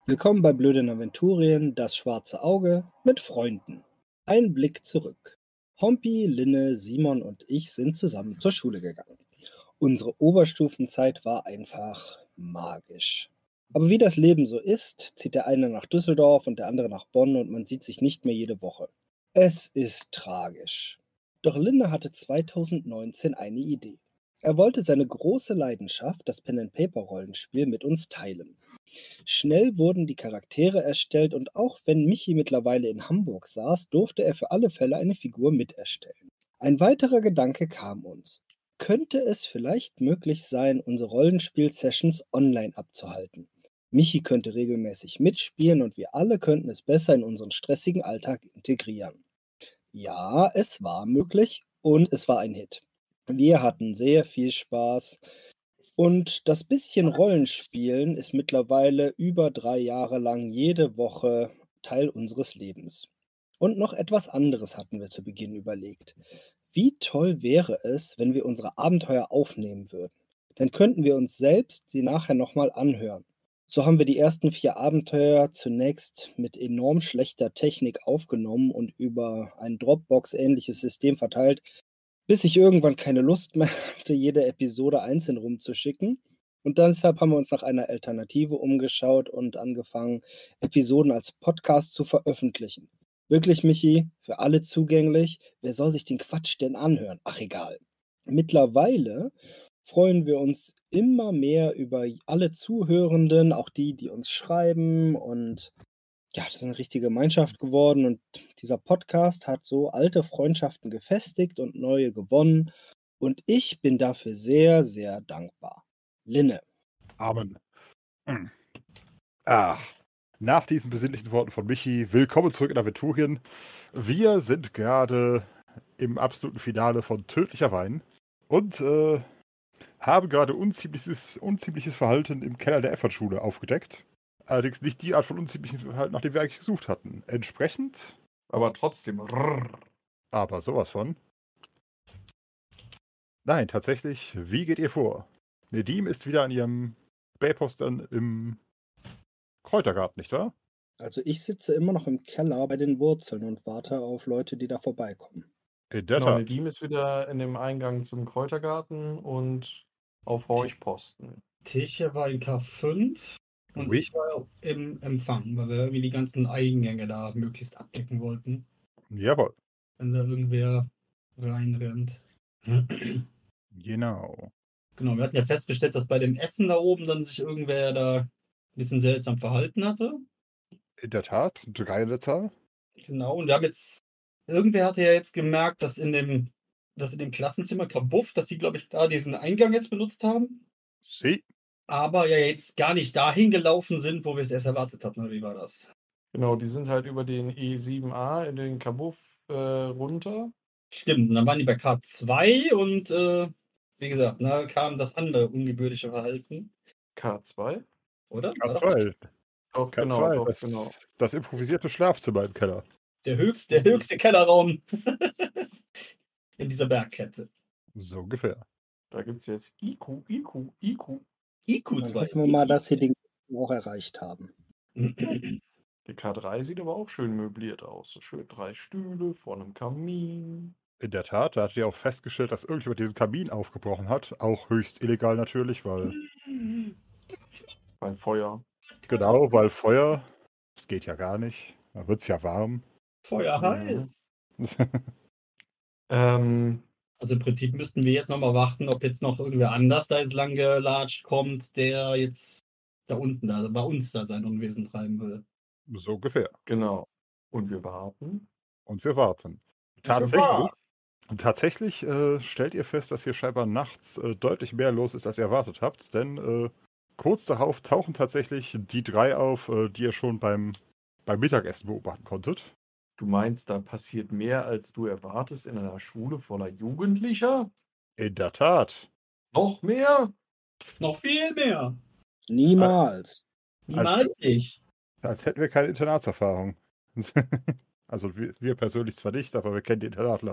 Willkommen bei Blöden Aventurien, das schwarze Auge mit Freunden. Ein Blick zurück. Hompi, Linne, Simon und ich sind zusammen zur Schule gegangen. Unsere Oberstufenzeit war einfach magisch. Aber wie das Leben so ist, zieht der eine nach Düsseldorf und der andere nach Bonn und man sieht sich nicht mehr jede Woche. Es ist tragisch. Doch Linne hatte 2019 eine Idee. Er wollte seine große Leidenschaft, das Pen-and-Paper-Rollenspiel, mit uns teilen. Schnell wurden die Charaktere erstellt und auch wenn Michi mittlerweile in Hamburg saß, durfte er für alle Fälle eine Figur miterstellen. Ein weiterer Gedanke kam uns. Könnte es vielleicht möglich sein, unsere Rollenspiel-Sessions online abzuhalten? Michi könnte regelmäßig mitspielen und wir alle könnten es besser in unseren stressigen Alltag integrieren. Ja, es war möglich und es war ein Hit. Wir hatten sehr viel Spaß. Und das bisschen Rollenspielen ist mittlerweile über 3 Jahre lang jede Woche Teil unseres Lebens. Und noch etwas anderes hatten wir zu Beginn überlegt. Wie toll wäre es, wenn wir unsere Abenteuer aufnehmen würden? Dann könnten wir uns selbst sie nachher nochmal anhören. So haben wir die ersten 4 Abenteuer zunächst mit enorm schlechter Technik aufgenommen und über ein Dropbox-ähnliches System verteilt, bis ich irgendwann keine Lust mehr hatte, jede Episode einzeln rumzuschicken. Und deshalb haben wir uns nach einer Alternative umgeschaut und angefangen, Episoden als Podcast zu veröffentlichen. Wirklich, Michi, für alle zugänglich. Wer soll sich den Quatsch denn anhören? Ach, egal. Mittlerweile freuen wir uns immer mehr über alle Zuhörenden, auch die, die uns schreiben. Und ja, das ist eine richtige Gemeinschaft geworden und dieser Podcast hat so alte Freundschaften gefestigt und neue gewonnen und ich bin dafür sehr, sehr dankbar. Linne. Amen. Hm. Nach diesen besinnlichen Worten von Michi, willkommen zurück in Aventurien. Wir sind gerade im absoluten Finale von Tödlicher Wein und haben gerade unziemliches Verhalten im Keller der Effortschule aufgedeckt. Allerdings nicht die Art von unziemlichem Verhalten, nach dem wir eigentlich gesucht hatten. Entsprechend, Aber trotzdem. aber sowas von. Nein, tatsächlich, wie geht ihr vor? Nedim ist wieder an ihrem Spähposten im Kräutergarten, nicht wahr? Also ich sitze immer noch im Keller bei den Wurzeln und warte auf Leute, die da vorbeikommen. In der Genau, Tat. Nedim ist wieder in dem Eingang zum Kräutergarten und auf Horchposten. Tische war in K5 und Oui. ich war auch im Empfang, weil wir irgendwie die ganzen Eingänge da möglichst abdecken wollten, Jawohl, wenn da irgendwer reinrennt. genau. Genau, wir hatten ja festgestellt, dass bei dem Essen da oben dann sich irgendwer da ein bisschen seltsam verhalten hatte. In der Tat, 3 in der Zahl. Genau, und wir haben jetzt, irgendwer hatte ja jetzt gemerkt, dass in dem Klassenzimmer Kabuff, dass die, glaube ich, da diesen Eingang jetzt benutzt haben, Sie. aber ja jetzt gar nicht dahin gelaufen sind, wo wir es erst erwartet hatten, oder wie war das? Genau, die sind halt über den E7A in den Kabuff runter. Stimmt, und dann waren die bei K2 und wie gesagt, da kam das andere ungebührliche Verhalten, K2? oder? War das K2. Doch, K2, genau, doch, genau. das improvisierte Schlafzimmer im Keller. der höchste Kellerraum in dieser Bergkette? So ungefähr. Da gibt es jetzt IQ. Dann IQ2. hoffen wir mal, dass sie den auch erreicht haben. Die K3 sieht aber auch schön möbliert aus. So schön 3 Stühle vor einem Kamin. In der Tat, da hat ihr auch festgestellt, dass irgendjemand diesen Kamin aufgebrochen hat. Auch höchst illegal natürlich, weil, Bei Feuer. genau, weil Feuer, das geht ja gar nicht. Da wird es ja warm. Feuer heiß. Ähm, Also im Prinzip müssten wir jetzt nochmal warten, ob jetzt noch irgendwer anders da jetzt lang gelatscht kommt, der jetzt da unten da bei uns da sein Unwesen treiben will. So ungefähr. genau. Und wir warten. Und wir warten. Tatsächlich stellt ihr fest, dass hier scheinbar nachts deutlich mehr los ist, als ihr erwartet habt. Denn kurz darauf tauchen tatsächlich die 3 auf, die ihr schon beim Mittagessen beobachten konntet. Du meinst, da passiert mehr, als du erwartest in einer Schule voller Jugendlicher? In der Tat. Noch mehr? Noch viel mehr. Niemals. Niemals nicht. Als hätten wir keine Internatserfahrung. Also wir persönlich zwar nicht, aber wir kennen die Internatler.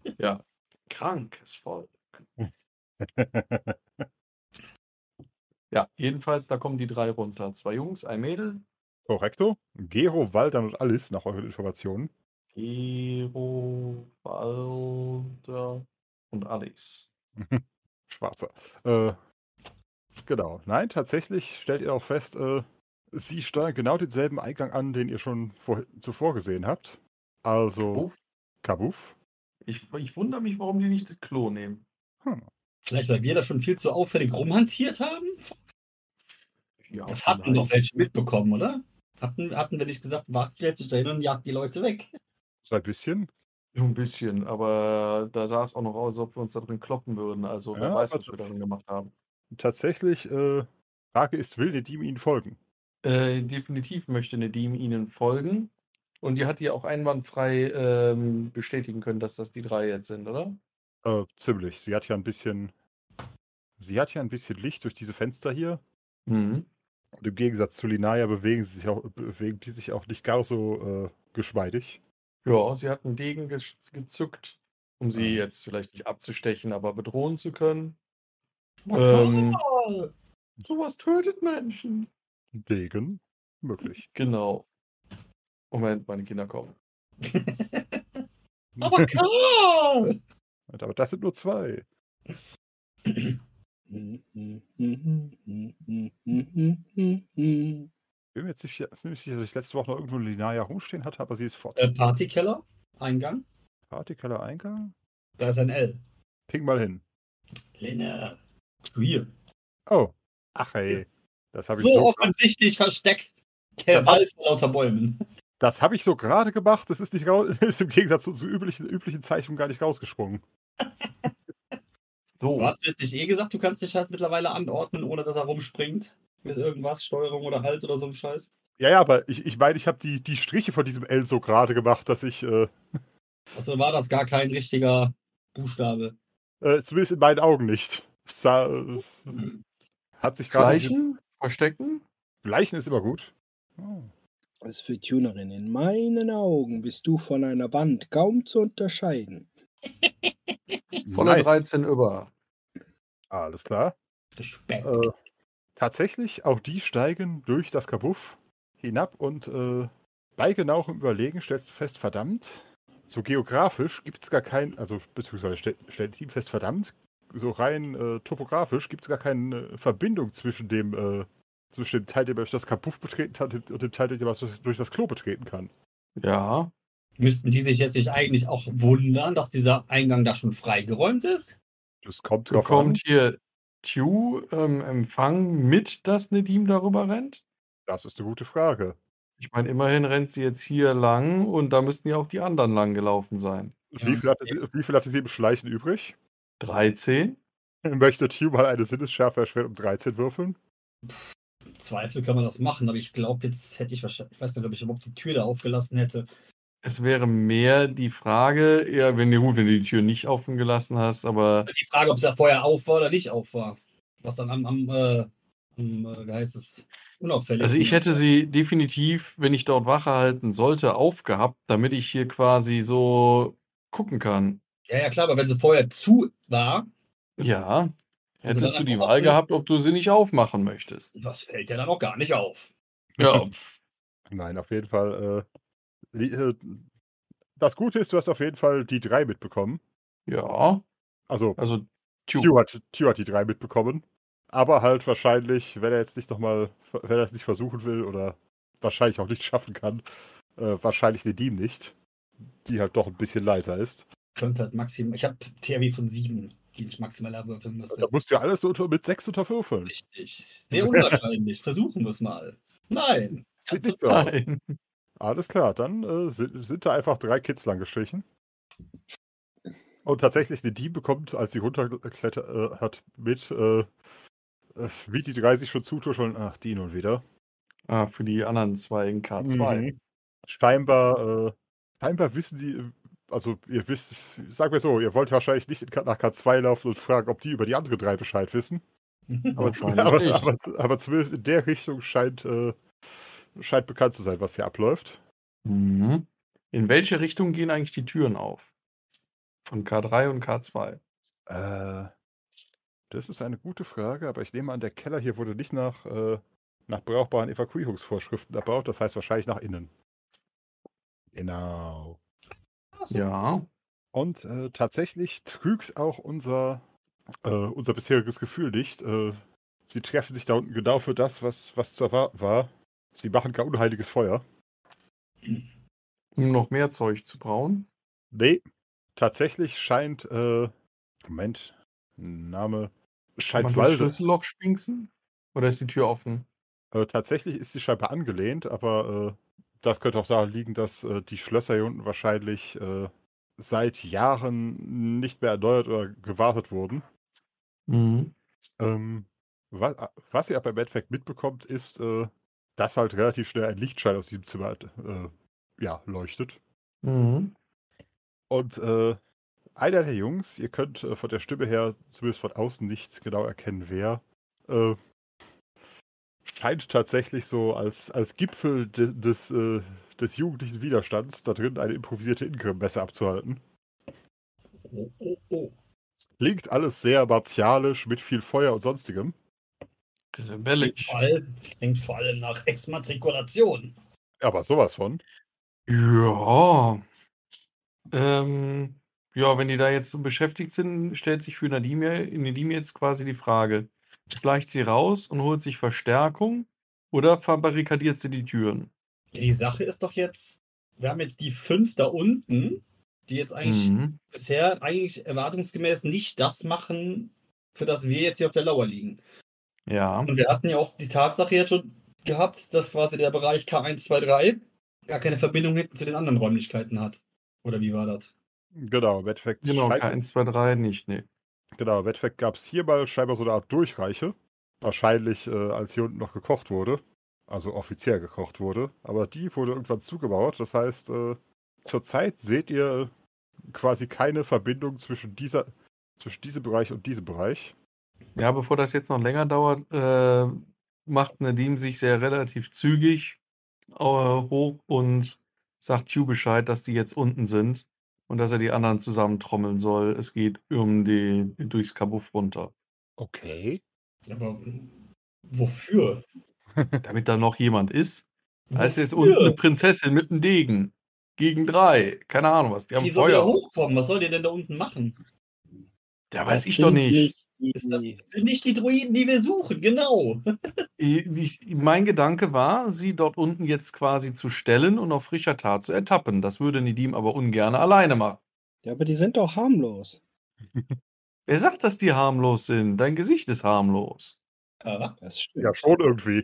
Ja. Krankes Volk. Ja, jedenfalls, da kommen die 3 runter. 2 Jungs, ein Mädel. Korrekto. Gero, Waldan und Alice, nach euren Informationen. Gero, Walter und Alice. Schwarzer. Genau. Nein, tatsächlich stellt ihr auch fest, sie steuern genau denselben Eingang an, den ihr schon zuvor gesehen habt. Also Uff. Kabuff. Ich wundere mich, warum die nicht das Klo nehmen. Vielleicht, weil wir da schon viel zu auffällig rumhantiert haben? Ja, Das hatten doch welche mitbekommen, oder? Hatten wir nicht gesagt, Wart stellt sich da hin und jagt die Leute weg? So ein bisschen. So ein bisschen, aber da sah es auch noch aus, als ob wir uns da drin kloppen würden. Also wer Ja, weiß, aber was wir darin gemacht haben. Tatsächlich, Frage ist, will Nedim ihnen folgen? Definitiv möchte Nedim ihnen folgen. Und die hat ja auch einwandfrei bestätigen können, dass das die 3 jetzt sind, oder? Ziemlich. Sie hat ja ein bisschen Licht durch diese Fenster hier. Mhm. Und im Gegensatz zu Linaya bewegen die sich auch nicht gar so geschmeidig. Ja, sie hat einen Degen gezückt, um sie jetzt vielleicht nicht abzustechen, aber bedrohen zu können. Sowas tötet Menschen. Degen? Möglich. Genau. Moment, meine Kinder kommen. Aber Karl! Aber das sind nur 2. Bin mir jetzt nicht sicher, dass ich letzte Woche noch irgendwo eine Linaya rumstehen hatte, aber sie ist fort. Partykeller, Eingang. Partikeller Eingang? Da ist ein L. Ping mal hin. Linne. Hier. Oh. Ach ey. Das habe ich So offensichtlich versteckt. Der Wald vor lauter Bäumen. Das habe ich so gerade gemacht. Das ist nicht ist im Gegensatz zu üblichen Zeichnungen gar nicht rausgesprungen. So. Du hast jetzt nicht gesagt, du kannst dich halt mittlerweile anordnen, ohne dass er rumspringt. Mit irgendwas, Steuerung oder Halt oder so ein Scheiß. Ja, aber ich meine, ich habe die Striche von diesem L so gerade gemacht, dass ich. Also war das gar kein richtiger Buchstabe. Zumindest in meinen Augen nicht. Es hat sich gerade. Gleichen? Verstecken? Gleichen ist immer gut. Oh. Das ist für Tunerin. In meinen Augen bist du von einer Wand kaum zu unterscheiden. Voller 13 über. Alles klar. Tatsächlich, auch die steigen durch das Kabuff hinab und bei genauerem Überlegen stellst du fest, verdammt, so geografisch gibt es gar keinen, also beziehungsweise stellt Team fest, verdammt, so rein topografisch gibt es gar keine Verbindung zwischen dem Teil, der durch das Kabuff betreten kann und dem Teil, der durch das Klo betreten kann. Ja. Müssten die sich jetzt nicht eigentlich auch wundern, dass dieser Eingang da schon freigeräumt ist? Das kommt drauf an. Bekommt hier Q Empfang mit, dass Nedim darüber rennt? Das ist eine gute Frage. Ich meine, immerhin rennt sie jetzt hier lang und da müssten ja auch die anderen lang gelaufen sein. Ja. Wie viel hatte sie im Schleichen übrig? 13? Möchte Tube mal eine Sinnesschärfe erschwert um 13 würfeln? Im Zweifel kann man das machen, aber ich glaube, jetzt hätte ich wahrscheinlich, ich weiß nicht, ob ich überhaupt die Tür da aufgelassen hätte. Es wäre mehr die Frage, ja, wenn du die Tür nicht offen gelassen hast, aber. Die Frage, ob es ja vorher auf war oder nicht auf war. Was dann wie heißt es, unauffällig. Also ich hätte sie definitiv, wenn ich dort Wache halten sollte, aufgehabt, damit ich hier quasi so gucken kann. Ja, klar, aber wenn sie vorher zu war. Ja, Also hättest dann du die einfach Wahl offen. gehabt, ob du sie nicht aufmachen möchtest. Das fällt ja dann auch gar nicht auf. Ja, Nein, auf jeden Fall. Das Gute ist, du hast auf jeden Fall die 3 mitbekommen. ja. Also Q. hat die 3 mitbekommen. Aber halt wahrscheinlich, wenn er jetzt nicht nochmal, wenn er es nicht versuchen will oder wahrscheinlich auch nicht schaffen kann, wahrscheinlich Nedim nicht. Die halt doch ein bisschen leiser ist. Könnte halt maximal. Ich habe THW von 7, die ich maximal erwürfeln müsste. Da musst du ja alles mit 6 unterwürfeln. Richtig. Sehr unwahrscheinlich. Versuchen wir es mal. Nein. Sieht nicht so aus. Nein. Alles klar, dann sind da einfach 3 Kids lang gestrichen. Und tatsächlich, Nedim bekommt, als sie runtergeklettert hat, mit, wie die 3 sich schon zutuscheln, ach, die nun wieder. Für die anderen 2 in K2. Scheinbar wissen die, also ihr wisst, sagen wir so, ihr wollt wahrscheinlich nicht nach K2 laufen und fragen, ob die über die anderen 3 Bescheid wissen. Aber zumindest in der Richtung scheint bekannt zu sein, was hier abläuft. Mhm. In welche Richtung gehen eigentlich die Türen auf? Von K3 und K2? Das ist eine gute Frage, aber ich nehme an, der Keller hier wurde nicht nach brauchbaren Evakuierungsvorschriften erbaut, das heißt wahrscheinlich nach innen. Genau. Ja. Und tatsächlich trügt auch unser bisheriges Gefühl nicht. Sie treffen sich da unten genau für das, was zu erwarten war. Sie machen gar unheiliges Feuer. Um noch mehr Zeug zu brauen. Nee, tatsächlich scheint, Moment, Name, Kann scheint man durchs Walde. Schlüsselloch spinksen? Oder ist die Tür offen? Tatsächlich ist sie scheinbar angelehnt, aber das könnte auch daran liegen, dass die Schlösser hier unten wahrscheinlich seit Jahren nicht mehr erneuert oder gewartet wurden. Mhm. Was ihr aber im Endeffekt mitbekommt, ist, dass halt relativ schnell ein Lichtschein aus diesem Zimmer leuchtet. Mhm. Und einer der Jungs, ihr könnt von der Stimme her zumindest von außen nicht genau erkennen, wer, scheint tatsächlich so als Gipfel des jugendlichen Widerstands da drin eine improvisierte Ingram-Messe abzuhalten. Oh. Klingt alles sehr martialisch mit viel Feuer und sonstigem. Rebellisch. Klingt vor allem nach Exmatrikulation. Aber sowas von. Ja. Ja, wenn die da jetzt so beschäftigt sind, stellt sich für Nadim jetzt quasi die Frage: Schleicht sie raus und holt sich Verstärkung oder verbarrikadiert sie die Türen? Die Sache ist doch jetzt, wir haben jetzt die 5 da unten, die jetzt eigentlich Mhm. bisher erwartungsgemäß nicht das machen, für das wir jetzt hier auf der Lauer liegen. Ja. Und wir hatten ja auch die Tatsache jetzt schon gehabt, dass quasi der Bereich K1, 2, 3 gar keine Verbindung hinten zu den anderen Räumlichkeiten hat. Oder wie war das? Genau, im Endeffekt Genau, K1, 2, 3 nicht, ne. Genau, im Endeffekt gab es hier mal scheinbar so eine Art Durchreiche. Wahrscheinlich, als hier unten noch gekocht wurde. Also offiziell gekocht wurde. Aber die wurde irgendwann zugebaut. Das heißt, zurzeit seht ihr quasi keine Verbindung zwischen diesem Bereich und diesem Bereich. Ja, bevor das jetzt noch länger dauert, macht Nadim sich sehr relativ zügig hoch und sagt Hugh Bescheid, dass die jetzt unten sind und dass er die anderen zusammentrommeln soll. Es geht durchs Kabuff runter. Okay. Aber wofür? Damit da noch jemand ist. Da ist jetzt Wofür? unten eine Prinzessin mit einem Degen. Gegen 3. Keine Ahnung was. Die haben Die soll wieder Feuer. hochkommen. Was soll die denn da unten machen? Ja, Das weiß ich doch sind nicht. Das sind nicht die Druiden, die wir suchen, genau. Mein Gedanke war, sie dort unten jetzt quasi zu stellen und auf frischer Tat zu ertappen. Das würde Nadim aber ungern alleine machen. Ja, aber die sind doch harmlos. Wer sagt, dass die harmlos sind? Dein Gesicht ist harmlos. Ja. Das stimmt. Ja, schon irgendwie.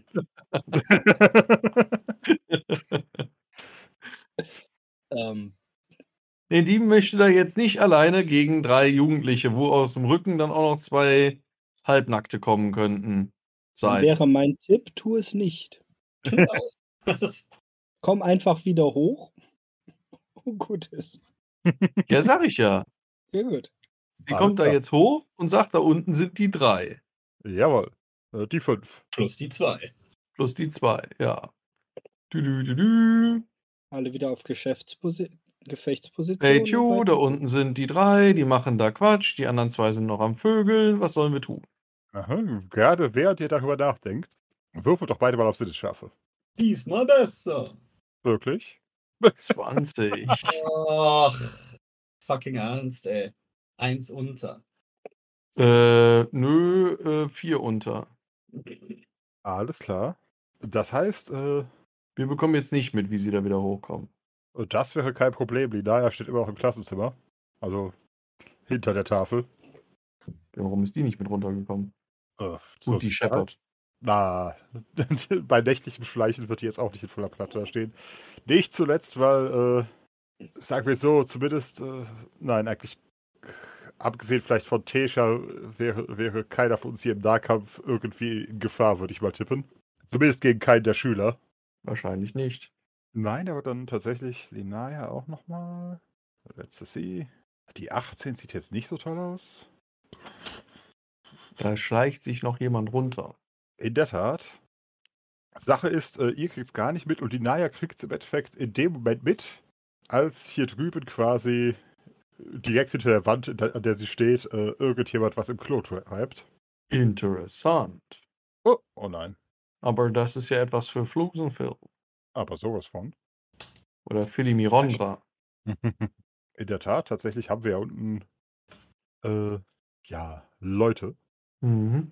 Nadim möchte da jetzt nicht alleine gegen 3 Jugendliche, wo aus dem Rücken dann auch noch 2 Halbnackte kommen könnten, Dann sein. wäre mein Tipp, tu es nicht. Genau. Komm einfach wieder hoch. Und gut ist. Ja, sag ich ja. Ja, gut. Sie Alles kommt da klar. jetzt hoch und sagt, da unten sind die 3. Jawohl. Die 5. Plus die 2. Plus die 2, ja. Dü. Alle wieder auf Gefechtsposition. Hey, und Tju, weiter da geht's. unten sind die 3, die machen da Quatsch, die anderen 2 sind noch am Vögeln. Was sollen wir tun? Aha, gerade während ihr darüber nachdenkt, würfelt doch beide mal auf Sinnesschärfe. Diesmal besser. Wirklich? 20. Ach, fucking ernst, ey. 1 unter. 4 unter. Alles klar. Das heißt, Wir bekommen jetzt nicht mit, wie sie da wieder hochkommen. das wäre kein Problem. Linaya steht immer noch im Klassenzimmer. Also hinter der Tafel. Warum ist die nicht mit runtergekommen? Zur Gut, die Sicherheit. Shepard. Na, bei nächtlichem Schleichen wird die jetzt auch nicht in voller Platte da stehen. Nicht zuletzt, weil, sagen wir so, zumindest, nein, eigentlich, abgesehen vielleicht von Tesha, wäre keiner von uns hier im Nahkampf irgendwie in Gefahr, würde ich mal tippen. Zumindest gegen keinen der Schüler. Wahrscheinlich nicht. Nein, aber dann tatsächlich Linaya auch nochmal. Letztes sie. Die 18 sieht jetzt nicht so toll aus. Da schleicht sich noch jemand runter. In der Tat. Sache ist, ihr kriegt es gar nicht mit und die Naya kriegt es im Endeffekt in dem Moment mit, als hier drüben quasi direkt hinter der Wand, an der sie steht, irgendjemand was im Klo treibt. Interessant. Oh nein. Aber das ist ja etwas für Flusenphil Aber sowas von. oder Philly Mirondra. In der Tat, tatsächlich haben wir ja unten Leute. Mhm.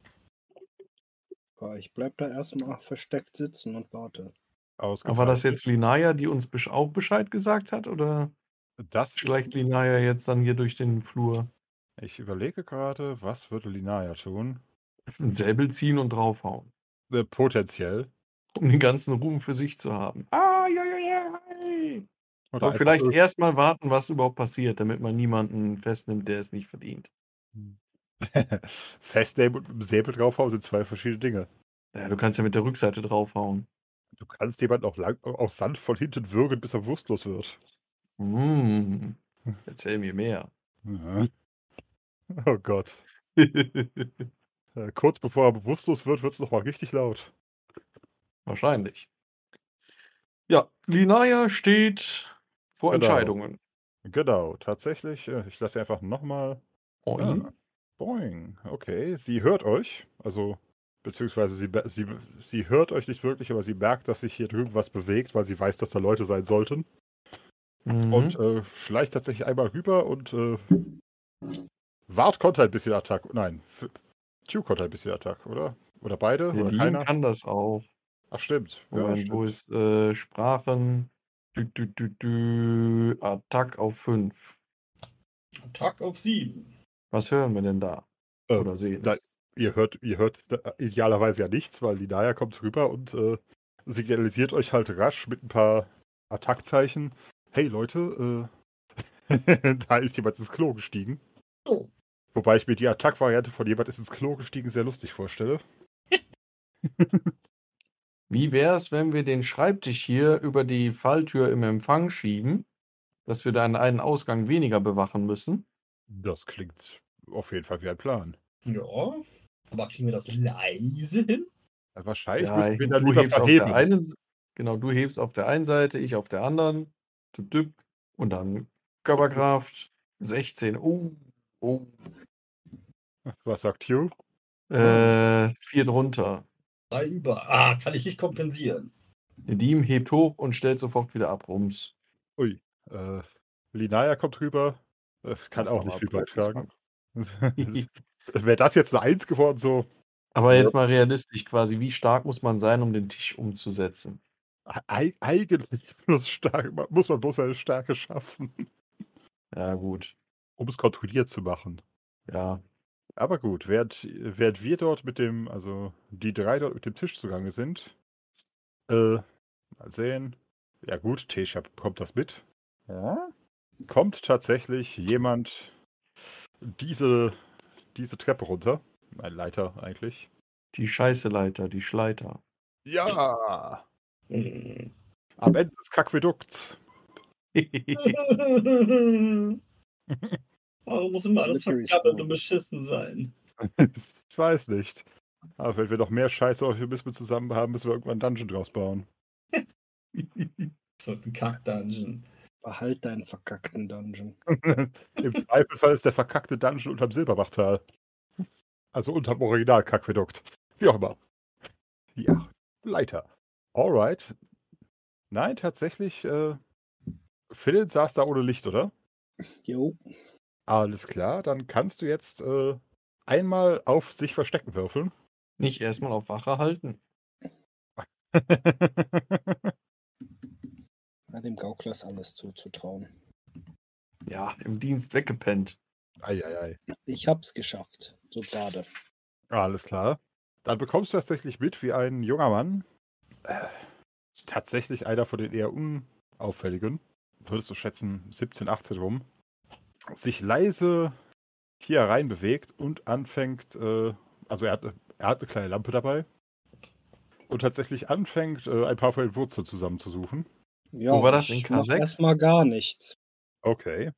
Aber ich bleib da erstmal versteckt sitzen und warte. Ausgezeichnet. Aber war das jetzt Linaya, die uns auch Bescheid gesagt hat? Oder Das schleicht ist, Linaya jetzt dann hier durch den Flur? ich überlege gerade, was würde Linaya tun? Ein Säbel ziehen und draufhauen. Potenziell. Um den ganzen Ruhm für sich zu haben. Ah, ja, ja, ja. Oder Aber einfach vielleicht erstmal warten, was überhaupt passiert, damit man niemanden festnimmt, der es nicht verdient. Festnehmen und mit dem Säbel draufhauen sind zwei verschiedene Dinge. Ja, du kannst ja mit der Rückseite draufhauen. Du kannst jemanden auch sanft von hinten würgen, bis er bewusstlos wird. Hm. Erzähl mir mehr. Ja. Oh Gott. Kurz bevor er bewusstlos wird, wird es nochmal richtig laut. Wahrscheinlich. Ja, Linaya steht vor Genau. Entscheidungen. Genau, tatsächlich. Ich lasse einfach nochmal. Boing. Boing. Okay, sie hört euch. Also, beziehungsweise sie hört euch nicht wirklich, aber sie merkt, dass sich hier drüben was bewegt, weil sie weiß, dass da Leute sein sollten. Und schleicht tatsächlich einmal rüber und Wart konnte ein bisschen Attack. Nein, Chu konnte ein bisschen Attack, oder? Oder beide? Oder Nadine keiner? kann das auch. Ach, stimmt. Ja, Moment, wo stimmt. ist Sprachen? Attack auf 5. Attack auf 7. Was hören wir denn da? Äh, Oder sehen? nein, ihr hört idealerweise ja nichts, weil Linaya kommt rüber und signalisiert euch halt rasch mit ein paar Attackzeichen. Hey Leute, da ist jemand ins Klo gestiegen. Oh. Wobei ich mir die Attack-Variante von jemand ist ins Klo gestiegen sehr lustig vorstelle. Wie wäre es, wenn wir den Schreibtisch hier über die Falltür im Empfang schieben, dass wir dann einen Ausgang weniger bewachen müssen? Das klingt auf jeden Fall wie ein Plan. Ja. Aber kriegen wir das leise hin? Wahrscheinlich Ja, müssen wir dann du lieber hebst auf der verhebeln. einen, genau, du hebst auf der einen Seite, ich auf der anderen. Düpp, düpp. Und dann Körperkraft 16. Oh. Was sagt Hugh? 4 drunter. 3 über. Ah, kann ich nicht kompensieren. Nedim hebt hoch und stellt sofort wieder ab. Rums. Ui. Linaya kommt rüber. Das kann Lass auch doch mal nicht viel Profis beitragen. ran. Wäre das jetzt eine 1 geworden, so. Aber jetzt mal realistisch quasi, wie stark muss man sein, um den Tisch umzusetzen? Eigentlich muss man bloß eine Stärke schaffen, Ja, gut. um es kontrolliert zu machen. Ja. Aber gut, während wir dort also die drei dort mit dem Tisch zugange sind, mal sehen. Ja gut, Tesha bekommt das mit. Ja. Kommt tatsächlich jemand diese Treppe runter. Ein Leiter eigentlich. Die Scheißeleiter, die Schleiter. Ja! Hm. Am Ende des Kaquädukts. Warum muss immer alles Slippery verkappelt slope. und beschissen sein? Ich weiß nicht. Aber wenn wir noch mehr Scheiße auf wir zusammen haben, müssen wir irgendwann einen Dungeon draus bauen. So ein Kack-Dungeon. Behalt deinen verkackten Dungeon. Im Zweifelsfall ist der verkackte Dungeon unterm Silberbachtal. Also unterm Original-Kaquädukt. Wie auch immer. Ja, Leiter. Alright. Nein, tatsächlich, Phil saß da ohne Licht, oder? Jo. Alles klar, dann kannst du jetzt einmal auf sich verstecken würfeln. Nicht erstmal auf Wache halten. Ja, dem Gaukler ist alles zuzutrauen. Ja, im Dienst weggepennt. Eieiei. Ich hab's geschafft. So gerade. Alles klar. Dann bekommst du tatsächlich mit, wie ein junger Mann, tatsächlich einer von den eher unauffälligen, würdest du schätzen 17, 18 rum, sich leise hier rein bewegt und anfängt, also er hat eine kleine Lampe dabei und tatsächlich anfängt, ein paar von den Wurzeln zusammenzusuchen. Ja, Wo war das, in ich mach K6? erstmal gar nichts. Okay.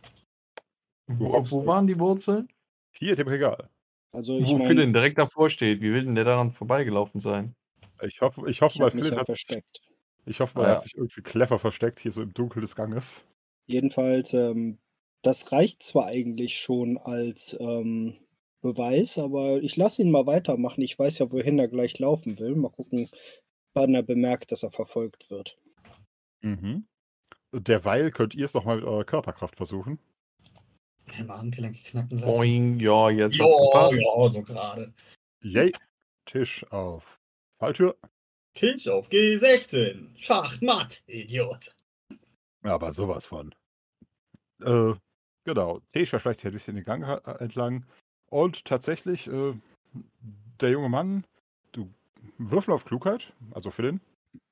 Wo waren die Wurzeln? Hier in dem Regal. Also ich Wo meine, Philin direkt davor steht. Wie will denn der daran vorbeigelaufen sein? Ich hoffe ich mal, hab mich Philipp ja hat versteckt. er hat sich irgendwie clever versteckt, hier so im Dunkel des Ganges. Jedenfalls, das reicht zwar eigentlich schon als Beweis, aber ich lasse ihn mal weitermachen. Ich weiß ja, wohin er gleich laufen will. Mal gucken, wann er bemerkt, dass er verfolgt wird. Mhm. Derweil könnt ihr es noch mal mit eurer Körperkraft versuchen. Mal Handgelenke knacken lassen. Boing, ja, jetzt Ja, hat's gepasst. ja, so gerade. Yay. Tisch auf Falltür. Tisch auf G16. Schachmatt, Idiot. Aber sowas von. Genau. Tesha schleicht sich ein bisschen den Gang entlang. Und tatsächlich, der junge Mann, du würfel auf Klugheit, also für den.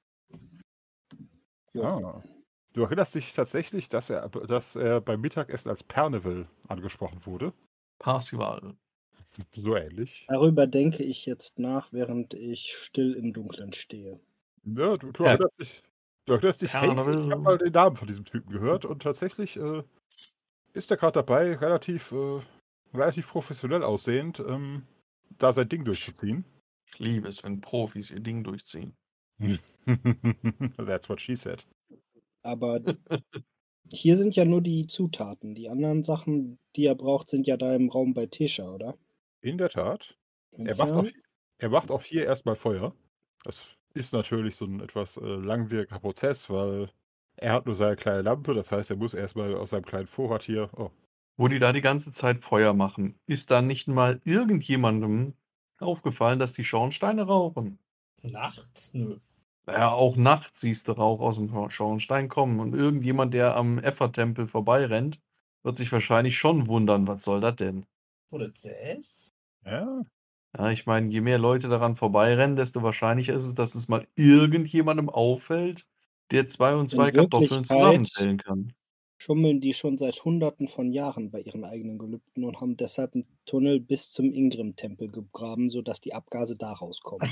Ja. Ah. Du erinnerst dich tatsächlich, dass er beim Mittagessen als Perneval angesprochen wurde. Parsival. So ähnlich. Darüber denke ich jetzt nach, während ich still im Dunkeln stehe. Ja, du Ja. erinnerst dich, hey, ich habe Perneval. mal den Namen von diesem Typen gehört und tatsächlich ist er gerade dabei, relativ professionell aussehend, da sein Ding durchzuziehen. Ich liebe es, wenn Profis ihr Ding durchziehen. That's what she said. Aber hier sind ja nur die Zutaten. Die anderen Sachen, die er braucht, sind ja da im Raum bei Tesha, oder? In der Tat. Inwiefern? Er macht auch hier erstmal Feuer. Das ist natürlich so ein etwas langwieriger Prozess, weil er hat nur seine kleine Lampe. Das heißt, er muss erstmal aus seinem kleinen Vorrat hier. Oh, Wo die da die ganze Zeit Feuer machen, ist da nicht mal irgendjemandem aufgefallen, dass die Schornsteine rauchen? Nacht? Nö. Naja, auch nachts siehst du Rauch aus dem Schornstein kommen und irgendjemand, der am Effa-Tempel vorbeirennt, wird sich wahrscheinlich schon wundern, was soll das denn? Oder CS? ja. Ja, ich meine, je mehr Leute daran vorbeirennen, desto wahrscheinlicher ist es, dass es mal irgendjemandem auffällt, der 2 und 2 In Kartoffeln Wirklichkeit zusammenzählen kann. schummeln die schon seit Hunderten von Jahren bei ihren eigenen Gelübden und haben deshalb einen Tunnel bis zum Ingrim-Tempel gegraben, sodass die Abgase da rauskommen.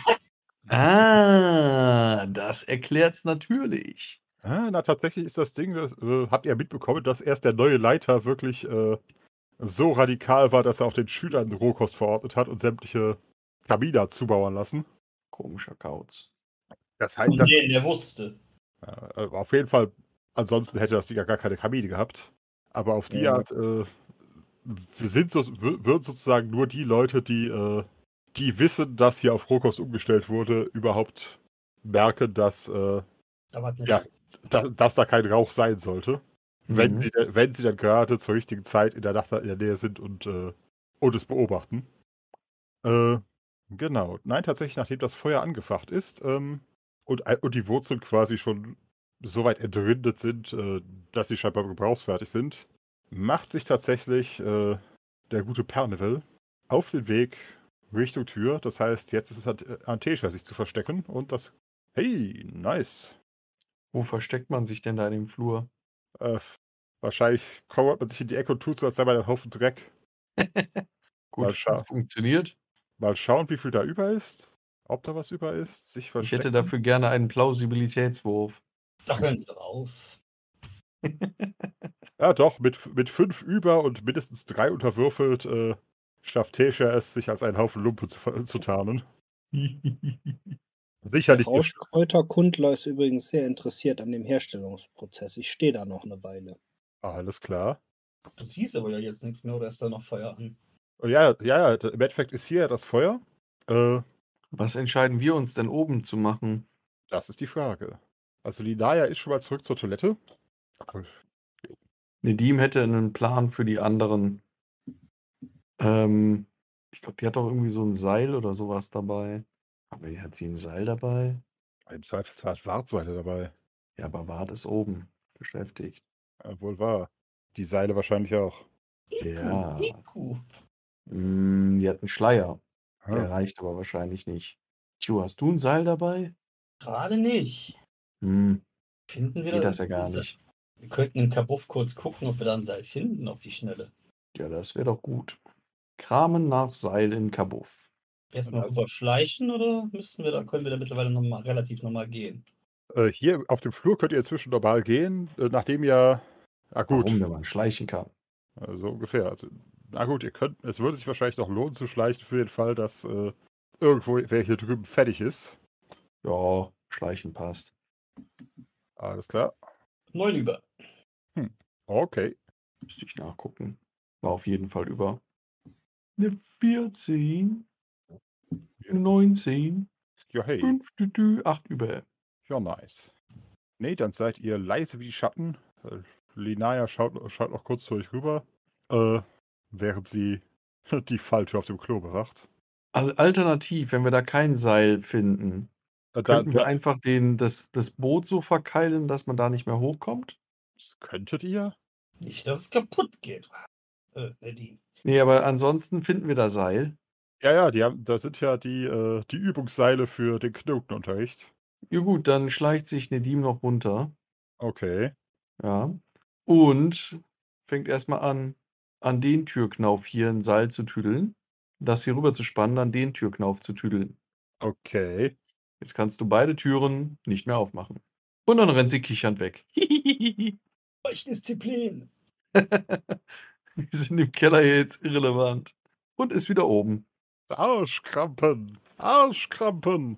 Ah, das erklärt's natürlich. Na, tatsächlich ist das Ding, habt ihr mitbekommen, dass erst der neue Leiter wirklich so radikal war, dass er auch den Schülern Rohkost verordnet hat und sämtliche Kamine hat zubauern lassen. Komischer Kauz. Das heißt, Und den, der wusste. auf jeden Fall, ansonsten hätte das Ding ja gar keine Kamine gehabt. Aber auf die Ja. Art würden sozusagen nur die Leute, die wissen, dass hier auf Rohkost umgestellt wurde, überhaupt merken, dass, Aber nicht. ja, dass da kein Rauch sein sollte. Wenn Mhm. sie dann gerade zur richtigen Zeit in der Nacht in der Nähe sind und es beobachten. Genau. Nein, tatsächlich, nachdem das Feuer angefacht ist und die Wurzeln quasi schon so weit entrindet sind, dass sie scheinbar gebrauchsfertig sind, macht sich tatsächlich der gute Perneval auf den Weg Richtung Tür. Das heißt, jetzt ist es an Tesha, sich zu verstecken und das. Hey, nice. Wo versteckt man sich denn da in dem Flur? Wahrscheinlich kauert man sich in die Ecke und tut so, als sei man ein Haufen Dreck. Gut, das funktioniert. Mal schauen, wie viel da über ist. Ob da was über ist. Sich Ich verstecken. hätte dafür gerne einen Plausibilitätswurf. Da hören Sie drauf. Ja, doch, mit 5 über und mindestens 3 unterwürfelt, schafft Tesha es, sich als einen Haufen Lumpe zu tarnen. Der Sicherlich nicht. Rauschkräuterkundler ist übrigens sehr interessiert an dem Herstellungsprozess. Ich stehe da noch eine Weile. Alles klar. Du siehst aber ja jetzt nichts mehr, oder ist da noch Feuer an? Ja, im Endeffekt ist hier das Feuer. Was entscheiden wir uns denn oben zu machen? Das ist die Frage. Also Linaya ist schon mal zurück zur Toilette. Nedim hätte einen Plan für die anderen. Ich glaube, die hat doch irgendwie so ein Seil oder sowas dabei. Aber hat sie ein Seil dabei? Im Zweifelsfall hat Wartseile dabei. Ja, aber Wart ist oben beschäftigt. Wohl wahr. Die Seile wahrscheinlich auch. Ja. Iku. Die hat einen Schleier. Ah. Der reicht aber wahrscheinlich nicht. Tjo, hast du ein Seil dabei? Gerade nicht. Hm, Finden wir geht da das ja gar irgendwie nicht. Wir könnten im Kabuff kurz gucken, ob wir da ein Seil finden auf die Schnelle. Ja, das wäre doch gut. Kramen nach Seil in Kabuff. Erstmal rüber schleichen oder können wir da mittlerweile relativ normal gehen? Hier auf dem Flur könnt ihr inzwischen normal gehen, nachdem ihr. Ah, gut. Warum, wenn man schleichen kann? So ungefähr. Also, na gut, es würde sich wahrscheinlich noch lohnen zu schleichen für den Fall, dass irgendwo wer hier drüben fertig ist. Ja, schleichen passt. Alles klar. 9 über. Okay. Müsste ich nachgucken. War auf jeden Fall über. Eine 14. Eine 19. Ja, hey. 5, 8 über. Ja, nice. Nee, dann seid ihr leise wie die Schatten. Linaya schaut noch kurz zu euch rüber, während sie die Falltür auf dem Klo bewacht. Alternativ, wenn wir da kein Seil finden, könnten wir einfach das Boot so verkeilen, dass man da nicht mehr hochkommt? Das könntet ihr? Nicht, dass es kaputt geht. Nadine. Nee, aber ansonsten finden wir da Seil. Ja, da sind ja die Übungsseile für den Knotenunterricht. Ja gut, dann schleicht sich Nedim noch runter. Okay. Ja. Und fängt erstmal an den Türknauf hier ein Seil zu tüdeln. Das hier rüber zu spannen, an den Türknauf zu tüdeln. Okay. Jetzt kannst du beide Türen nicht mehr aufmachen. Und dann rennt sie kichernd weg. Euch Disziplin. Wir sind im Keller jetzt irrelevant. Und ist wieder oben. Arschkrampen! Arschkrampen!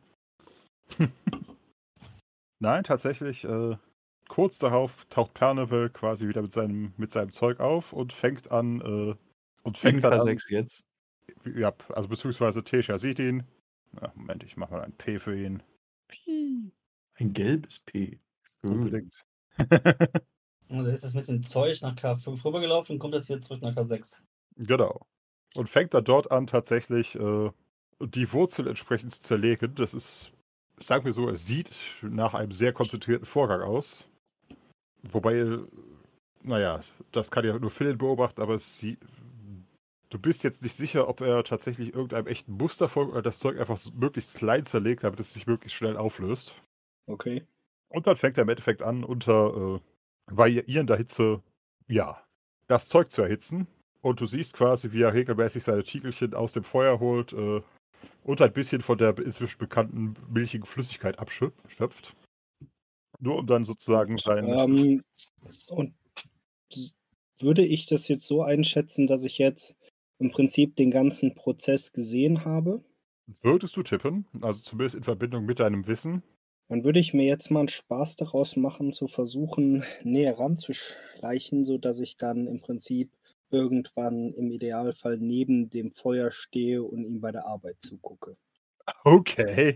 Nein, tatsächlich, kurz darauf taucht Pernevel quasi wieder mit seinem Zeug auf und fängt an, In dann an, K6 jetzt. ja, also beziehungsweise Tesha sieht ihn. Ach, Moment, ich mach mal ein P für ihn. Ein gelbes P. Schön. Unbedingt. Und dann ist es mit dem Zeug nach K5 rübergelaufen und kommt jetzt wieder zurück nach K6. Genau. Und fängt dann dort an, tatsächlich die Wurzel entsprechend zu zerlegen. Das ist, sagen wir so, es sieht nach einem sehr konzentrierten Vorgang aus. Wobei, naja, das kann ja nur Phil beobachten, aber du bist jetzt nicht sicher, ob er tatsächlich irgendeinem echten Muster folgt oder das Zeug einfach möglichst klein zerlegt, damit es sich möglichst schnell auflöst. Okay. Und dann fängt er im Endeffekt an, unter variierender Hitze, ja, das Zeug zu erhitzen. Und du siehst quasi, wie er regelmäßig seine Tiegelchen aus dem Feuer holt und ein bisschen von der inzwischen bekannten milchigen Flüssigkeit abschöpft. Nur um dann sozusagen sein... Und würde ich das jetzt so einschätzen, dass ich jetzt im Prinzip den ganzen Prozess gesehen habe? Würdest du tippen, also zumindest in Verbindung mit deinem Wissen? Dann würde ich mir jetzt mal einen Spaß daraus machen, zu versuchen, näher ranzuschleichen, sodass ich dann im Prinzip irgendwann im Idealfall neben dem Feuer stehe und ihm bei der Arbeit zugucke. Okay.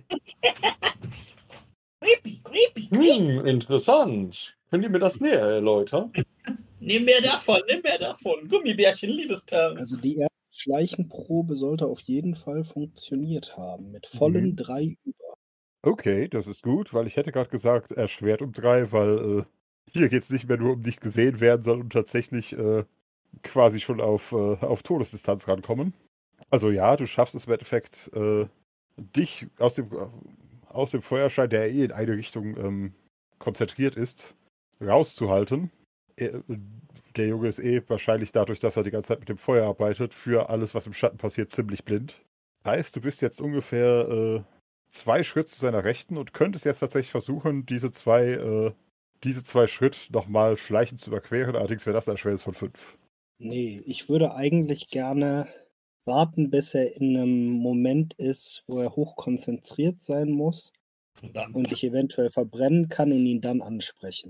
Creepy. Interessant. Könnt ihr mir das näher erläutern? Nimm mehr davon. Gummibärchen, Liebesperlen. Also die erste Schleichenprobe sollte auf jeden Fall funktioniert haben, mit vollen 3 über. Okay, das ist gut, weil ich hätte gerade gesagt, erschwert um 3, weil hier geht es nicht mehr nur um nicht gesehen werden, sondern um tatsächlich quasi schon auf Todesdistanz rankommen. Also ja, du schaffst es im Endeffekt, dich aus dem Feuerschein, der in eine Richtung konzentriert ist, rauszuhalten. Der Junge ist wahrscheinlich dadurch, dass er die ganze Zeit mit dem Feuer arbeitet, für alles, was im Schatten passiert, ziemlich blind. Heißt, du bist jetzt ungefähr 2 Schritt zu seiner Rechten und könntest jetzt tatsächlich versuchen, diese zwei Schritt nochmal schleichend zu überqueren. Allerdings wäre das ein Erschwernis von 5. Nee, ich würde eigentlich gerne warten, bis er in einem Moment ist, wo er hochkonzentriert sein muss und sich eventuell verbrennen kann und ihn dann ansprechen.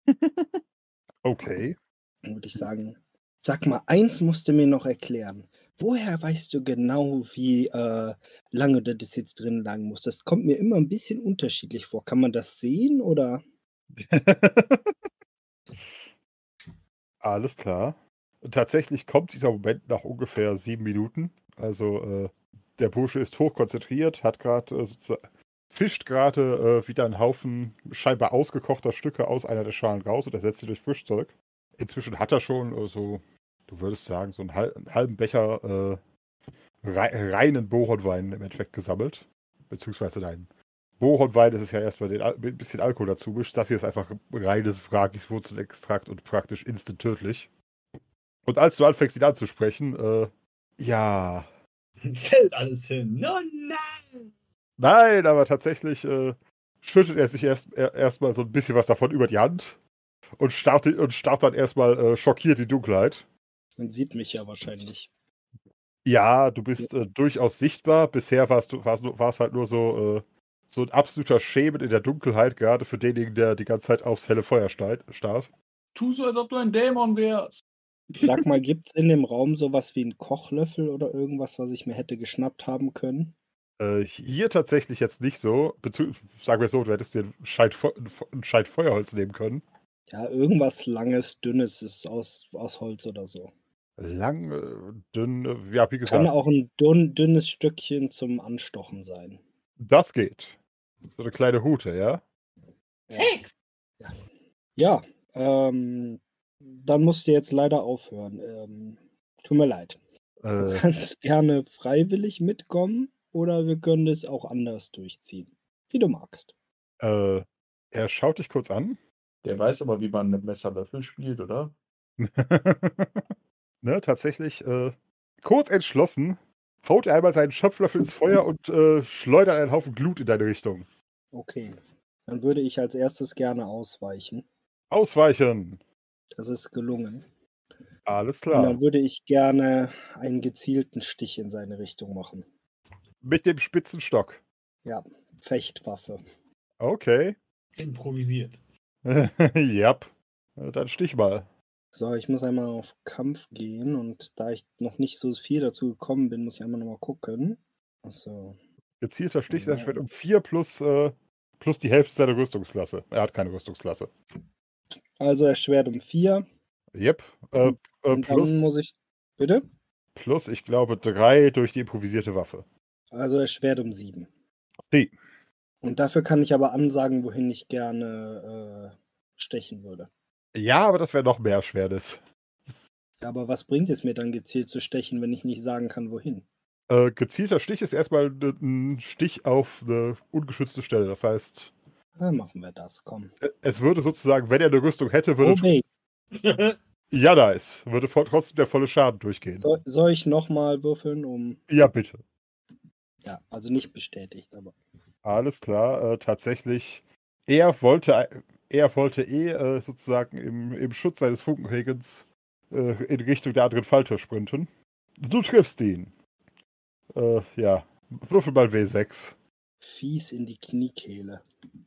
Okay. Dann würde ich sagen, sag mal, eins musst du mir noch erklären. Woher weißt du genau, wie lange du das jetzt drin lagen musst? Das kommt mir immer ein bisschen unterschiedlich vor. Kann man das sehen oder? Alles klar. Tatsächlich kommt dieser Moment nach ungefähr 7 Minuten. Also der Bursche ist hochkonzentriert, hat gerade fischt gerade wieder einen Haufen scheinbar ausgekochter Stücke aus einer der Schalen raus und ersetzt sie durch Frischzeug. Inzwischen hat er schon so, du würdest sagen, so einen halben Becher reinen Bohornwein im Endeffekt gesammelt. Beziehungsweise dein Bohornwein, das ist ja erstmal ein bisschen Alkohol dazu mischt. Das hier ist einfach reines Fragis-Wurzelextrakt und praktisch instant tödlich. Und als du anfängst, ihn anzusprechen, ja. Fällt alles hin. No, nein! Nein, aber tatsächlich schüttet er sich erstmal so ein bisschen was davon über die Hand und starrt dann erstmal schockiert die Dunkelheit. Man sieht mich ja wahrscheinlich. Ja, du bist durchaus sichtbar. Bisher war es halt nur so ein absoluter Schemen in der Dunkelheit, gerade für denjenigen, der die ganze Zeit aufs helle Feuer starrt. Tu so, als ob du ein Dämon wärst. Sag mal, gibt's in dem Raum sowas wie einen Kochlöffel oder irgendwas, was ich mir hätte geschnappt haben können? Hier tatsächlich jetzt nicht so. Sagen wir so, du hättest dir einen Scheit Feuerholz nehmen können. Ja, irgendwas Langes, Dünnes ist aus Holz oder so. Lang, dünn, ja, wie Kann gesagt, auch ein dünnes Stückchen zum Anstochen sein. das geht. So eine kleine Hute, ja? Sex! Ja, dann musst du jetzt leider aufhören. Tut mir leid. Du Äh, kannst gerne freiwillig mitkommen oder wir können das auch anders durchziehen. Wie du magst. er schaut dich kurz an. Der weiß aber, wie man mit Messerlöffel spielt, oder? Ne, tatsächlich, kurz entschlossen, haut er einmal seinen Schöpflöffel ins Feuer und schleudert einen Haufen Glut in deine Richtung. Okay. Dann würde ich als erstes gerne ausweichen. Ausweichen! Das ist gelungen. Alles Und klar. dann würde ich gerne einen gezielten Stich in seine Richtung machen. Mit dem spitzen Stock. Ja, Fechtwaffe. Okay. Improvisiert. Jap. Dann stich mal. So, ich muss einmal auf Kampf gehen und da ich noch nicht so viel dazu gekommen bin, muss ich einmal nochmal gucken. Achso. Gezielter Stich, das wird um 4 plus die Hälfte seiner Rüstungsklasse. Er hat keine Rüstungsklasse. Also erschwert um 4. Jep. Und Plus, dann muss ich. Bitte? plus, ich glaube, 3 durch die improvisierte Waffe. Also erschwert um 7. Die. Und dafür kann ich aber ansagen, wohin ich gerne stechen würde. Ja, aber das wäre noch mehr Schwernis. Ja, aber was bringt es mir dann gezielt zu stechen, wenn ich nicht sagen kann, wohin? Gezielter Stich ist erstmal ein Stich auf eine ungeschützte Stelle. Das heißt, Dann machen wir das, komm. es würde sozusagen, wenn er eine Rüstung hätte, würde Baby. ja, nice. Würde trotzdem der volle Schaden durchgehen. Soll ich nochmal würfeln, um. Ja, bitte. Ja, also nicht bestätigt, aber. Alles klar. Tatsächlich, er wollte sozusagen im Schutz seines Funkenregens in Richtung der anderen Falltür sprinten. Du triffst ihn. Ja. Würfel mal W6. Fies in die Kniekehle.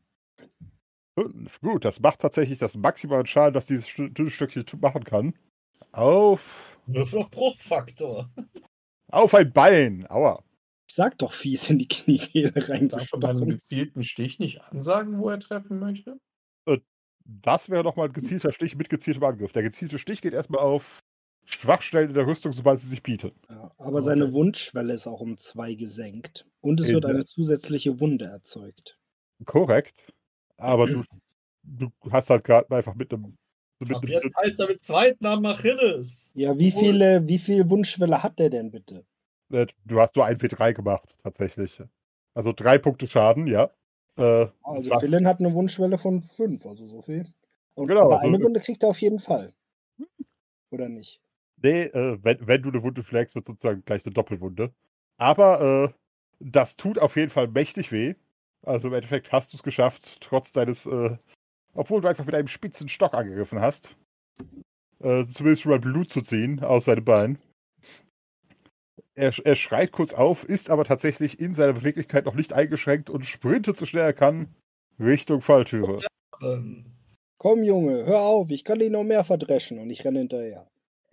5. Gut, das macht tatsächlich das maximale Schaden, das dieses dünne Stückchen machen kann. Auf Würfel auf Bruchfaktor. ein Bein. Aua. Ich sag doch fies in die Kniekehle Darf er bei einem reingestochen. gezielten Stich nicht ansagen, wo er treffen möchte? Das wäre nochmal ein gezielter Stich mit gezieltem Angriff. Der gezielte Stich geht erstmal auf Schwachstellen in der Rüstung, sobald sie sich bieten. Ja, aber seine Wundschwelle ist auch um 2 gesenkt. Und es In wird der- eine zusätzliche Wunde erzeugt. Korrekt. Aber du hast halt gerade einfach mit einem. Ab jetzt heißt er mit Zweitnamen Achilles. Ja, wie viel Wundschwelle hat der denn bitte? Du hast nur ein W3 gemacht, tatsächlich. Also 3 Punkte Schaden, ja. Also Philin hat eine Wundschwelle von 5, also so viel. Und, Genau, aber also- eine Wunde kriegt er auf jeden Fall. Oder nicht? Nee, wenn du eine Wunde schlägst, wird sozusagen gleich eine Doppelwunde. Aber das tut auf jeden Fall mächtig weh. Also im Endeffekt hast du es geschafft, trotz deines, obwohl du einfach mit einem spitzen Stock angegriffen hast, zumindest schon mal Blut zu ziehen aus seinem Bein. Er schreit kurz auf, ist aber tatsächlich in seiner Beweglichkeit noch nicht eingeschränkt und sprintet so schnell er kann Richtung Falltüre. Komm, Junge, hör auf, ich kann dich noch mehr verdreschen und ich renne hinterher.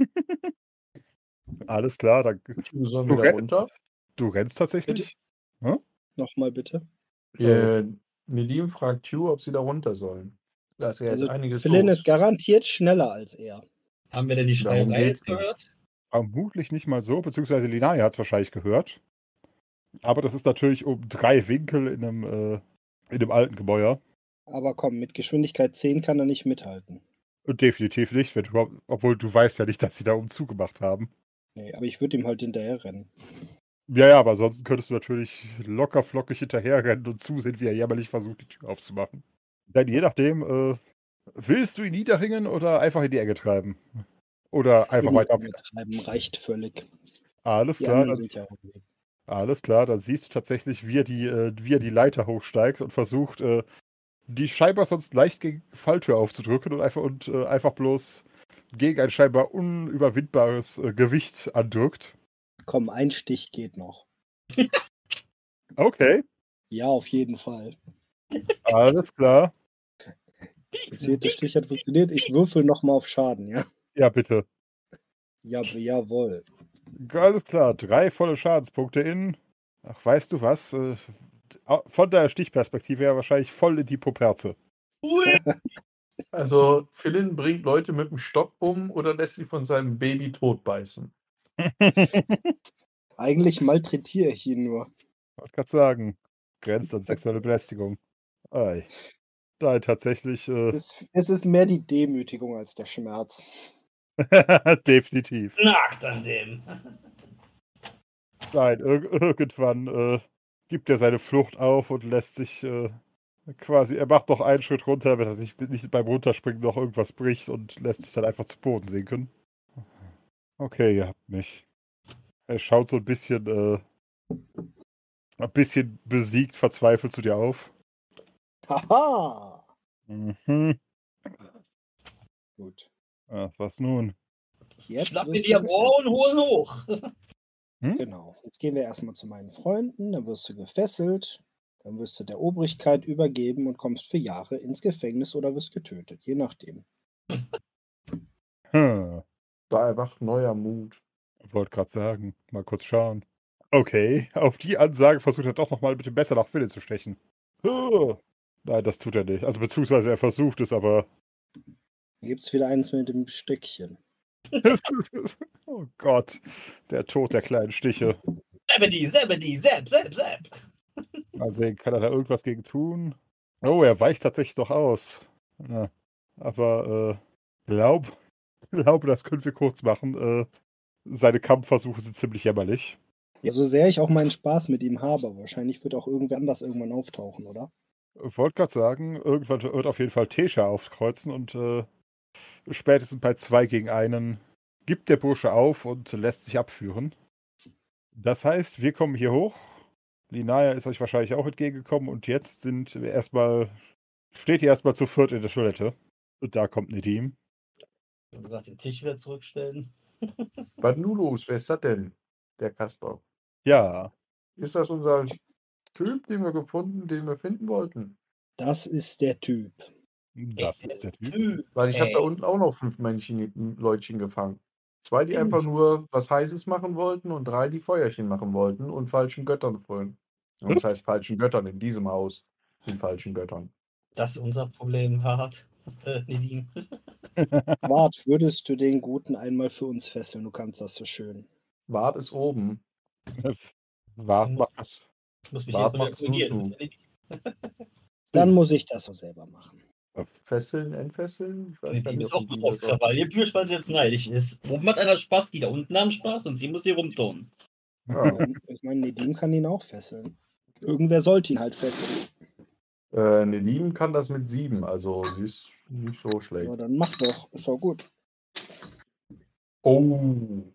Alles klar, dann Sollen Du wir da renn- runter? du rennst tatsächlich. Nochmal bitte. Nedim fragt Hugh, ob sie da runter sollen. Da ist ja jetzt Also einiges Philin los. ist garantiert schneller als er. Haben wir denn die Darum Schreierei geht's jetzt gehört? Vermutlich nicht mal so, beziehungsweise Linaya hat es wahrscheinlich gehört. Aber das ist natürlich um 3 Winkel in einem alten Gemäuer. Aber komm, mit Geschwindigkeit 10 kann er nicht mithalten. Und definitiv nicht, obwohl du weißt ja nicht, dass sie da umzugemacht haben. Nee, aber ich würde ihm halt hinterher rennen. Ja, aber ansonsten könntest du natürlich locker flockig hinterherrennen und zusehen, wie er jämmerlich versucht, die Tür aufzumachen. Denn je nachdem, willst du ihn niederringen oder einfach in die Ecke treiben? Oder einfach weiter. Treiben reicht völlig. Alles Die klar, anderen sind ja auf dem Weg. alles klar, dann siehst du tatsächlich, wie er die Leiter hochsteigt und versucht, die scheinbar sonst leicht gegen die Falltür aufzudrücken und einfach bloß gegen ein scheinbar unüberwindbares Gewicht andrückt. Komm, ein Stich geht noch. Okay, Ja, auf jeden Fall. alles klar. Der 10. Stich hat funktioniert. Ich würfel nochmal auf Schaden, ja? Ja, bitte. Ja, jawohl. Alles klar, 3 volle Schadenspunkte in. Ach, weißt du was? Von der Stichperspektive her wahrscheinlich voll in die Poperze. Ui. Also, Philin bringt Leute mit dem Stock um oder lässt sie von seinem Baby totbeißen? Eigentlich malträtiere ich ihn nur. Wollte gerade sagen, grenzt an sexuelle Belästigung. Ei. Nein, tatsächlich, Es ist mehr die Demütigung als der Schmerz. definitiv. Nagt an dem. Nein, irgendwann gibt er seine Flucht auf und lässt sich quasi, er macht noch einen Schritt runter, damit er sich nicht beim Runterspringen noch irgendwas bricht und lässt sich dann einfach zu Boden sinken. Okay, ihr habt mich. Er schaut so ein bisschen besiegt, verzweifelt zu dir auf. Haha! Mhm. Gut. Ach, was nun? Jetzt Schnapp mir wirst die du am Ohr und holen hoch. Genau. Jetzt gehen wir erstmal zu meinen Freunden, dann wirst du gefesselt, dann wirst du der Obrigkeit übergeben und kommst für Jahre ins Gefängnis oder wirst getötet, je nachdem. Da erwacht neuer Mut. Wollte gerade sagen, mal kurz schauen. Okay, auf die Ansage versucht er doch nochmal mit dem Messer nach Wille zu stechen. Nein, das tut er nicht. Also beziehungsweise er versucht es, aber... Dann gibt es wieder eins mit dem Stöckchen. Oh Gott, der Tod der kleinen Stiche. Zebedi, Sepp. Mal sehen, kann er da irgendwas gegen tun? Oh, er weicht tatsächlich doch aus. Ja, aber glaube, das können wir kurz machen. Seine Kampfversuche sind ziemlich jämmerlich. Ja, so sehr ich auch meinen Spaß mit ihm habe, aber wahrscheinlich wird auch irgendwer anders irgendwann auftauchen, oder? Wollte gerade sagen, irgendwann wird auf jeden Fall Tesha aufkreuzen und spätestens bei 2 gegen 1 gibt der Bursche auf und lässt sich abführen. Das heißt, wir kommen hier hoch. Linaya ist euch wahrscheinlich auch entgegengekommen und jetzt steht ihr erstmal zu viert in der Toilette. Und da kommt Nedim. Ich habe gesagt, den Tisch wieder zurückstellen. Was nun los? Wer ist das denn? Der Kasper. Ja, Ist das unser Typ, den wir finden wollten? Das ist der Typ. das ist der Typ. Weil ich habe da Ey. unten auch noch 5 Leutchen gefangen. 2, die einfach nur was Heißes machen wollten und 3, die Feuerchen machen wollten und falschen Göttern folgen. Und das Was? heißt falschen Göttern in diesem Haus. Den falschen Göttern. Das ist unser Problem, Wart. Nedim. Wart, würdest du den Guten einmal für uns fesseln? Du kannst das so schön. Wart ist oben. Wart muss- macht. Ich muss mich Wart jetzt mal macht korrigieren. Das Susu. ist ja nicht- Dann muss ich das so selber machen. Fesseln, entfesseln? Ich weiß gar Nedim nicht, ist auch ob gut Nedim auf das auch- Krawall. Ihr Bürsch, weil sie jetzt neidisch ist. Oben hat einer Spaß, die da unten haben Spaß und sie muss hier rumturnen. Ja. Ich meine, Nedim kann ihn auch fesseln. Irgendwer sollte ihn halt fesseln. Nedim kann das mit 7, also sie ist nicht so schlecht. Ja, dann mach doch. Ist doch gut. Oh.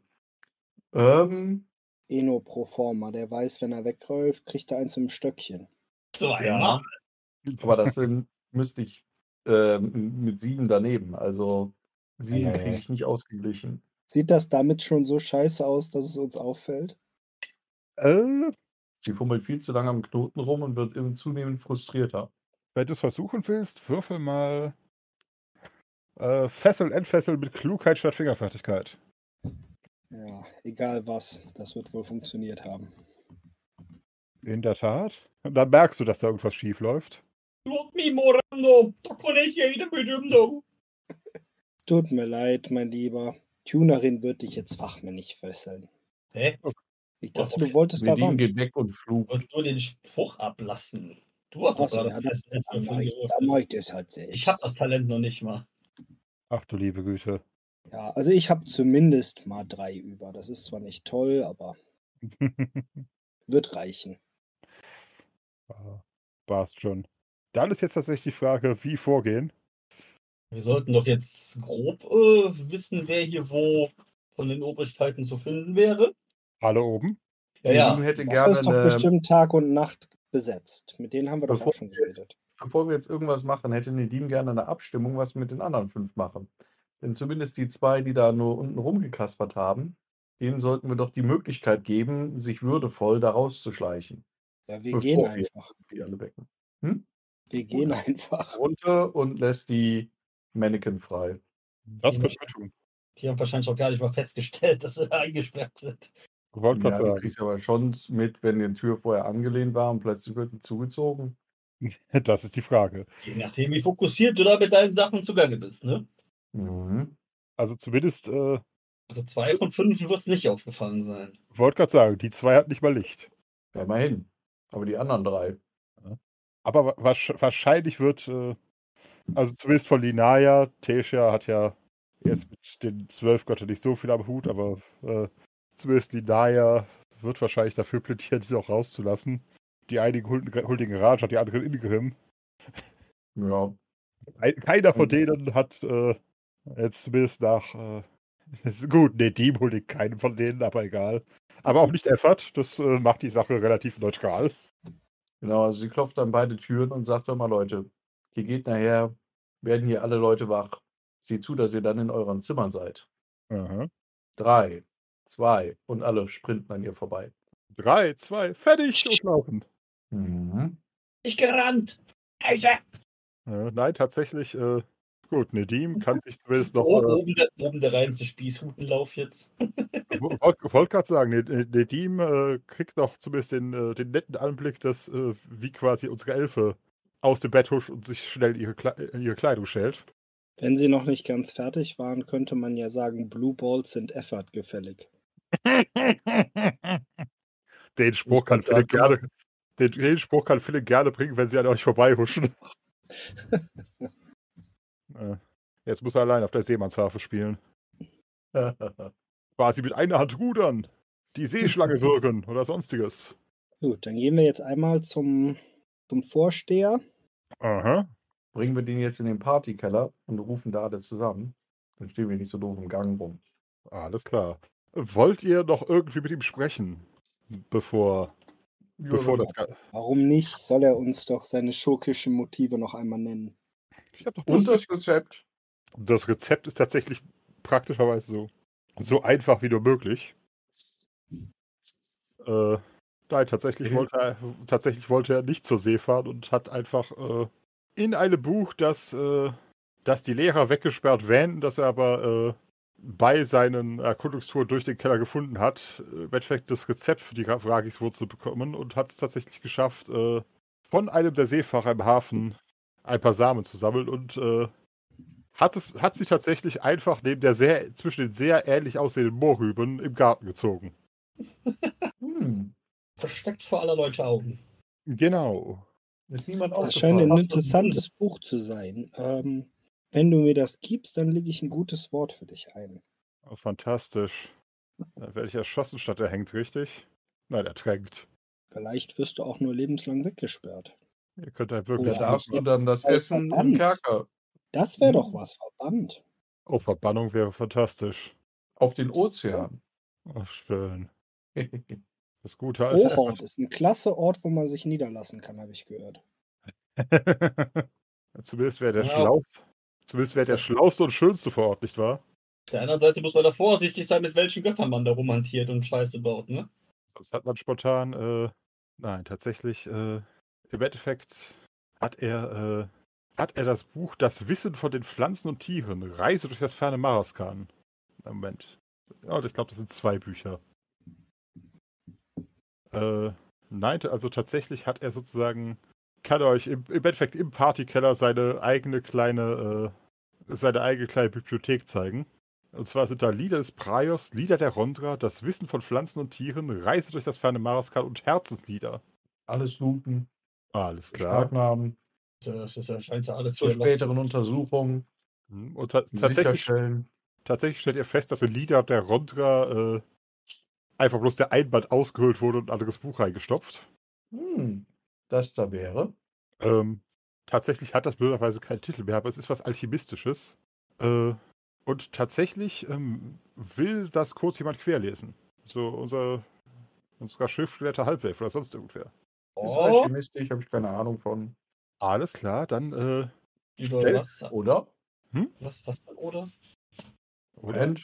Eno pro forma. Der weiß, wenn er wegläuft, kriegt er eins im Stöckchen. So Ja. einmal. Aber das müsste ich mit 7 daneben. Also 7 kriege ich nicht ausgeglichen. Sieht das damit schon so scheiße aus, dass es uns auffällt? Sie fummelt viel zu lange am Knoten rum und wird immer zunehmend frustrierter. Wenn du es versuchen willst, würfel mal Fesseln, Entfesseln mit Klugheit statt Fingerfertigkeit. Ja, egal was. Das wird wohl funktioniert haben. In der Tat. Und dann merkst du, dass da irgendwas schief läuft. Lot mi morando. Da kann ich jedem mit dem do. Tut mir leid, mein Lieber. Tunerin wird dich jetzt fachmännisch fesseln. Hä? Ich dachte, du wolltest da Nedim ran. geht weg und flucht. Und nur den Spruch ablassen. Du hast doch Achso, gerade ja, fest dann mach ich das halt selbst. Ich habe das Talent noch nicht mal. Ach du liebe Güte. Ja, also ich habe zumindest mal 3 über. Das ist zwar nicht toll, aber wird reichen. Passt schon. Dann ist jetzt tatsächlich die Frage, wie vorgehen. Wir sollten doch jetzt grob wissen, wer hier wo von den Obrigkeiten zu finden wäre. Alle oben. Nedim hätte Das gerne ist doch bestimmt Tag und Nacht besetzt. Mit denen haben wir doch Bevor auch schon wir jetzt- geredet. bevor wir jetzt irgendwas machen, hätte Nedim gerne eine Abstimmung, was wir mit den anderen 5 machen. Denn zumindest die 2, die da nur unten rumgekaspert haben, denen sollten wir doch die Möglichkeit geben, sich würdevoll da rauszuschleichen. Ja, wir Bevor gehen wir einfach. Die alle wecken. Wir gehen einfach. Runter und lässt die Mannequin frei. Das können wir tun. Die haben wahrscheinlich auch gar nicht mal festgestellt, dass sie da eingesperrt sind. Ich wollte Ja, gerade du sagen. kriegst aber schon mit, wenn die Tür vorher angelehnt war und plötzlich wird die zugezogen. Das ist die Frage. Je nachdem, wie fokussiert du da mit deinen Sachen zugange bist, ne? Mhm. Also zumindest, Also 2 von 5 wird es nicht aufgefallen sein. wollte gerade sagen, die 2 hat nicht mal Licht. Ja, immerhin. Aber die anderen 3. Aber wahrscheinlich wird, also zumindest von Linaya, Tessia hat ja erst mit den 12 Göttern nicht so viel am Hut, aber zumindest Linaya wird wahrscheinlich dafür plädieren, sie auch rauszulassen. Die einigen huldigen Raj hat die anderen Ingrim. Ja. Keiner von denen hat jetzt zumindest ist gut, Nedim huldigt keinen von denen, aber egal. Aber auch nicht Effort, das macht die Sache relativ neutral. Genau, also sie klopft an beide Türen und sagt doch mal, Leute, hier geht nachher, werden hier alle Leute wach. Seht zu, dass ihr dann in euren Zimmern seid. Aha. 3, 2 und alle sprinten an ihr vorbei. 3, 2, fertig und laufen. Mhm. Ich gerannt! Scheiße! Nein, tatsächlich, gut, Nedim kann sich zumindest noch. Oben der reinste Spießhutenlauf jetzt. Wollte gerade sagen, Nedim kriegt noch zumindest den netten Anblick, dass wie quasi unsere Elfe aus dem Bett huscht und sich schnell in ihre Kleidung stellt. Wenn sie noch nicht ganz fertig waren, könnte man ja sagen, Blue Balls sind Effort gefällig. Den Spruch kann Philipp gerne, den Spruch kann Philipp gerne bringen, wenn sie an euch vorbeihuschen. Jetzt muss er allein auf der Seemannsharfe spielen. Quasi mit einer Hand rudern, die Seeschlange würgen oder sonstiges. Gut, dann gehen wir jetzt einmal zum Vorsteher. Aha. Bringen wir den jetzt in den Partykeller und rufen da alle zusammen. Dann stehen wir nicht so doof im Gang rum. Alles klar. Wollt ihr noch irgendwie mit ihm sprechen, bevor das... Warum nicht? Soll er uns doch seine schurkischen Motive noch einmal nennen? Ich hab doch Und bloß das Rezept? Das Rezept ist tatsächlich praktischerweise so einfach wie nur möglich. Nein, tatsächlich wollte er nicht zur See fahren und hat einfach in einem Buch, das die Lehrer weggesperrt wähnten, das er aber bei seinen Erkundungstouren durch den Keller gefunden hat, im Endeffekt das Rezept für die Ragiswurzel bekommen und hat es tatsächlich geschafft, von einem der Seefahrer im Hafen ein paar Samen zu sammeln und hat sie tatsächlich einfach zwischen den sehr ähnlich aussehenden Moorrüben im Garten gezogen. Versteckt vor aller Leute Augen. Genau. Ist niemand Das aufgefallen. scheint ein interessantes Buch zu sein. Wenn du mir das gibst, dann lege ich ein gutes Wort für dich ein. Oh, fantastisch. Da werde ich erschossen statt erhängt, richtig? Nein, ertränkt. Vielleicht wirst du auch nur lebenslang weggesperrt. Ihr könnt ein Da wirklich... darfst du dann das Essen im Kerker Das wäre doch was, verbannt. Oh, Verbannung wäre fantastisch. auf den Ozean. Oh, schön. Das gute alte Ohort ist ein klasse Ort, wo man sich niederlassen kann, habe ich gehört. Zumindest wäre der Ja. der schlauste und schönste vor Ort, nicht wahr? Auf der anderen Seite muss man da vorsichtig sein, mit welchen Göttern man da romantiert und Scheiße baut, ne? Das hat man spontan, nein, tatsächlich, im Endeffekt hat er das Buch Das Wissen von den Pflanzen und Tieren, Reise durch das ferne Maraskan. Moment. Ja, ich glaube, das sind 2 Bücher. Nein, also tatsächlich hat er sozusagen, kann er euch im Endeffekt im Partykeller seine eigene kleine Bibliothek zeigen. Und zwar sind da Lieder des Praios, Lieder der Rondra, das Wissen von Pflanzen und Tieren, Reise durch das ferne Maraskan und Herzenslieder. Alles looten, Alles klar. Beschlagnahmen, Das scheint ja alles zur hier späteren Untersuchung Und tatsächlich sicherstellen. stellt ihr fest, dass in Lieder der Rondra einfach bloß der Einband ausgehöhlt wurde und ein anderes Buch reingestopft. Das da wäre. Tatsächlich hat das blöderweise keinen Titel mehr, aber es ist was Alchemistisches. Und tatsächlich will das kurz jemand querlesen. So unser schriftgelehrter Halbelf oder sonst irgendwer. Ist alchemistisch, habe ich keine Ahnung von. Alles klar, dann über Stell- was? Oder? Was dann, oder? Moment.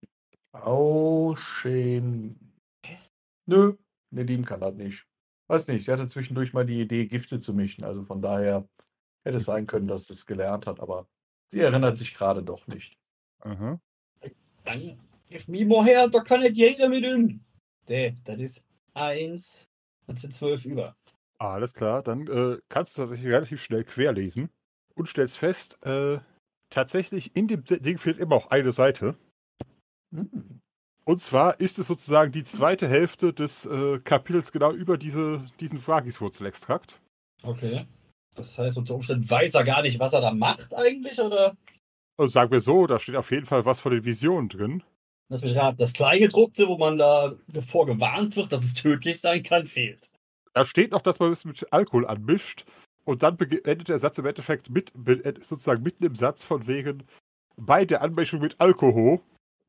Auschem. Nö, Nedim kann das nicht. Weiß nicht, sie hatte zwischendurch mal die Idee, Gifte zu mischen. Also von daher hätte es sein können, dass sie es gelernt hat, aber sie erinnert sich gerade doch nicht. Aha. Dann gib mir mal her, da kann nicht jeder mit um. Das ist 1. Das sind 12 über. Alles klar, dann kannst du tatsächlich relativ schnell querlesen und stellst fest, tatsächlich in dem Ding fehlt immer auch eine Seite. Hm. Und zwar ist es sozusagen die zweite Hälfte des Kapitels genau über diesen Phragiswurzelextrakt. Okay. Das heißt, unter Umständen weiß er gar nicht, was er da macht eigentlich, oder? Also sagen wir so, da steht auf jeden Fall was von den Visionen drin. Lass mich raten, das Kleingedruckte, wo man da davor gewarnt wird, dass es tödlich sein kann, fehlt. Da steht noch, dass man es mit Alkohol anmischt und dann endet der Satz im Endeffekt sozusagen mitten im Satz von wegen bei der Anmischung mit Alkohol.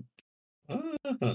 Ah.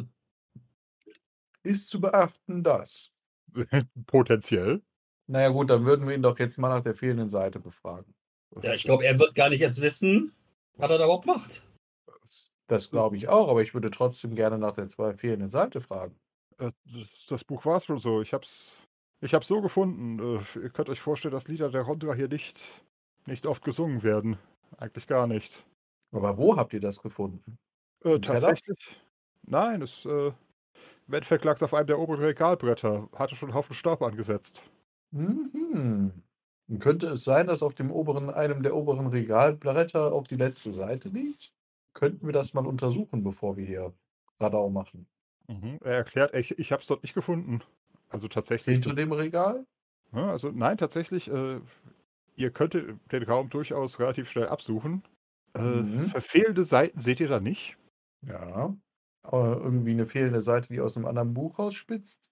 Ist zu beachten, dass. Potenziell. Naja gut, dann würden wir ihn doch jetzt mal nach der fehlenden Seite befragen. Ja, ich glaube, er wird gar nicht erst wissen, was er da überhaupt macht. Das glaube ich auch, aber ich würde trotzdem gerne nach der fehlenden Seite fragen. Das Buch war es schon so. Ich hab's so gefunden. Ihr könnt euch vorstellen, dass Lieder der Rondra hier nicht oft gesungen werden. Eigentlich gar nicht. Aber wo habt ihr das gefunden? Im Keller? Tatsächlich? Nein, im Endeffekt lag es auf einem der oberen Regalbretter. Hatte schon einen Haufen Staub angesetzt. Mhm. Und könnte es sein, dass auf einem der oberen Regalbretter auch die letzte Seite liegt? Könnten wir das mal untersuchen, bevor wir hier Radau machen? Er erklärt, ich habe es dort nicht gefunden. Also tatsächlich. Hinter dem Regal? Ja, also nein, tatsächlich, ihr könntet den Raum durchaus relativ schnell absuchen. Verfehlende Seiten seht ihr da nicht. Ja. Aber irgendwie eine fehlende Seite, die aus einem anderen Buch rausspitzt?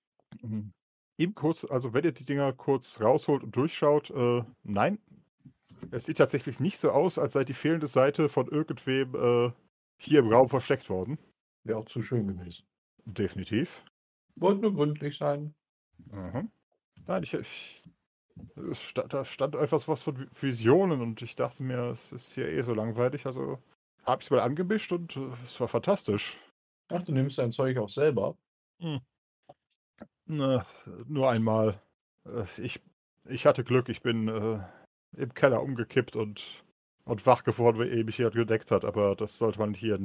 Also wenn ihr die Dinger kurz rausholt und durchschaut, nein. Es sieht tatsächlich nicht so aus, als sei die fehlende Seite von irgendwem hier im Raum versteckt worden. Wäre auch zu schön gewesen. Definitiv. Wollte nur gründlich sein. Mhm. Nein, da stand etwas was von Visionen und ich dachte mir, es ist hier eh so langweilig, also habe ich es mal angemischt und es war fantastisch. Ach, du nimmst dein Zeug auch selber? Nur einmal. Ich hatte Glück, ich bin im Keller umgekippt und wach geworden, weil mich jemand gedeckt hat, aber das sollte man hier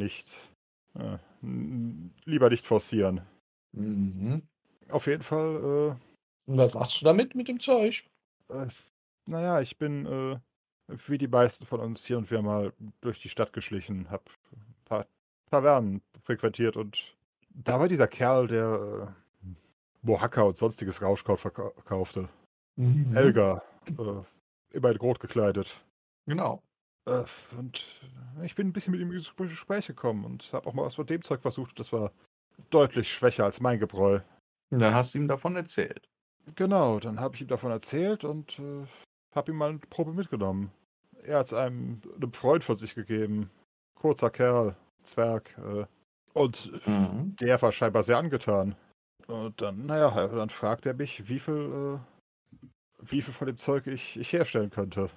lieber nicht forcieren. Mhm. Auf jeden Fall, Und was machst du damit mit dem Zeug? naja, ich bin wie die meisten von uns hier und wieder mal durch die Stadt geschlichen, hab ein paar Tavernen frequentiert und da war dieser Kerl, der Mohaka und sonstiges Rauschkraut verkaufte. Mhm. Helga, immer in Rot gekleidet. Genau. Und ich bin ein bisschen mit ihm ins Gespräch gekommen und habe auch mal was von dem Zeug versucht. Das war deutlich schwächer als mein Gebräu. Und dann hast du ihm davon erzählt. Genau, dann habe ich ihm davon erzählt und habe ihm mal eine Probe mitgenommen. Er hat es einem Freund von sich gegeben. Kurzer Kerl, Zwerg. Und der war scheinbar sehr angetan. Und dann, naja, dann fragt er mich, wie viel von dem Zeug ich herstellen könnte.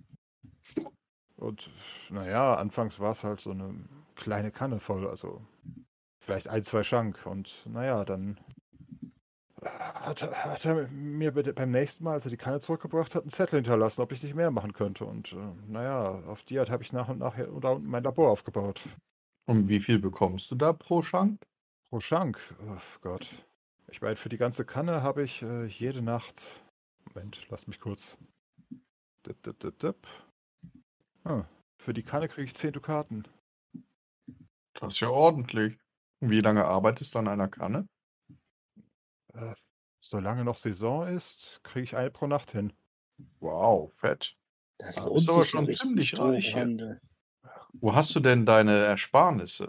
Und naja, anfangs war es halt so eine kleine Kanne voll, also vielleicht 1, 2 Schank. Und naja, dann hat er mir beim nächsten Mal, als er die Kanne zurückgebracht hat, einen Zettel hinterlassen, ob ich nicht mehr machen könnte. Und naja, auf die Art habe ich nach und nach da unten mein Labor aufgebaut. Und wie viel bekommst du da pro Schank? Pro Schank? Oh Gott. Ich meine, für die ganze Kanne habe ich jede Nacht... Moment, lass mich kurz... Für die Kanne kriege ich 10 Dukaten. Das ist ja ordentlich. Und wie lange arbeitest du an einer Kanne? Solange noch Saison ist, kriege ich eine pro Nacht hin. Wow, fett. Das Da lohnt bist du aber sich ja schon richtig, ziemlich reich hier. Drogenhandel. Wo hast du denn deine Ersparnisse?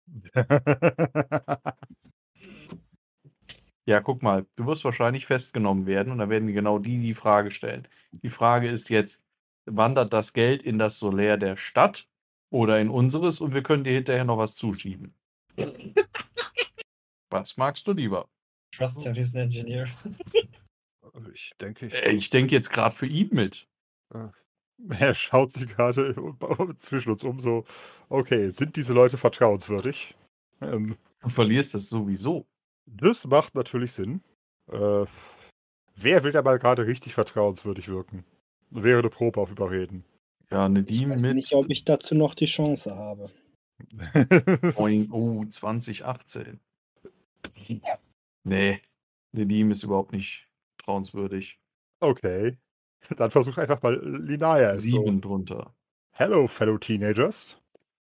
Ja, guck mal, du wirst wahrscheinlich festgenommen werden und dann werden genau die Frage stellen. Die Frage ist jetzt, wandert das Geld in das Solär der Stadt oder in unseres und wir können dir hinterher noch was zuschieben? Was magst du lieber? Trust him, he's an engineer. Ich denke, Ich denke jetzt gerade für ihn mit. Er schaut sich gerade zwischen uns um, so, okay, sind diese Leute vertrauenswürdig? Du verlierst das sowieso. Das macht natürlich Sinn. Wer will da mal gerade richtig vertrauenswürdig wirken? Wäre eine Probe auf Überreden. Ja, eine Ich Diem weiß mit. nicht, ob ich dazu noch die Chance habe. Oh, 2018. Nee, Nedim ist überhaupt nicht vertrauenswürdig. Okay. Dann versuch einfach mal Linaya ist so. 7 drunter. Hello, fellow teenagers.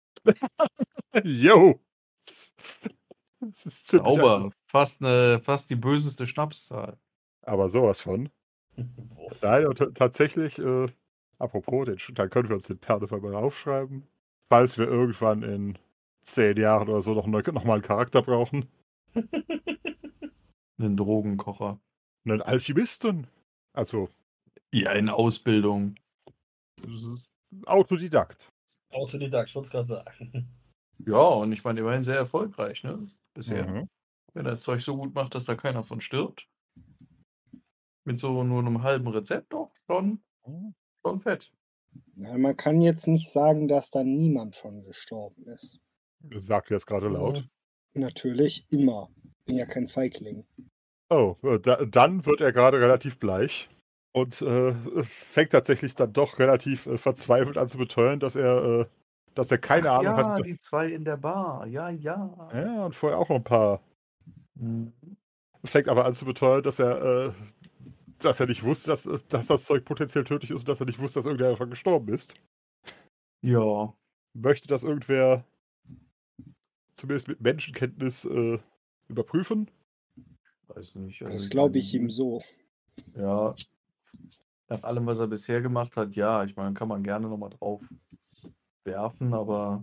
Yo! Das ist ziemlich Sauber. Fast die böseste Schnapszahl. aber sowas von. Nein, und tatsächlich, apropos, dann können wir uns den Perlefer mal aufschreiben. Falls wir irgendwann in 10 Jahren oder so noch mal einen Charakter brauchen. Einen Drogenkocher. Einen Alchemisten. Also, Ja, in Ausbildung. Autodidakt. Autodidakt, ich wollte es gerade sagen. Ja, und ich meine, immerhin sehr erfolgreich, ne? Bisher. Mhm. Wenn er Zeug so gut macht, dass da keiner von stirbt. Mit so nur einem halben Rezept doch schon fett. Ja, man kann jetzt nicht sagen, dass da niemand von gestorben ist. Das sagt er jetzt gerade laut. Natürlich immer. Bin ja kein Feigling. Oh, dann wird er gerade relativ bleich und fängt tatsächlich dann doch relativ verzweifelt an zu beteuern, dass er keine Ahnung Ja, hat. die 2 in der Bar. Ja. Ja, und vorher auch noch ein paar. Mhm. Fängt aber an zu beteuern, dass er nicht wusste, dass das Zeug potenziell tödlich ist und dass er nicht wusste, dass irgendwer davon gestorben ist. Ja. Möchte das irgendwer zumindest mit Menschenkenntnis überprüfen? Weiß nicht. Das glaube ich ihm so. Ja. Nach allem, was er bisher gemacht hat, ja. Ich meine, kann man gerne nochmal drauf werfen, aber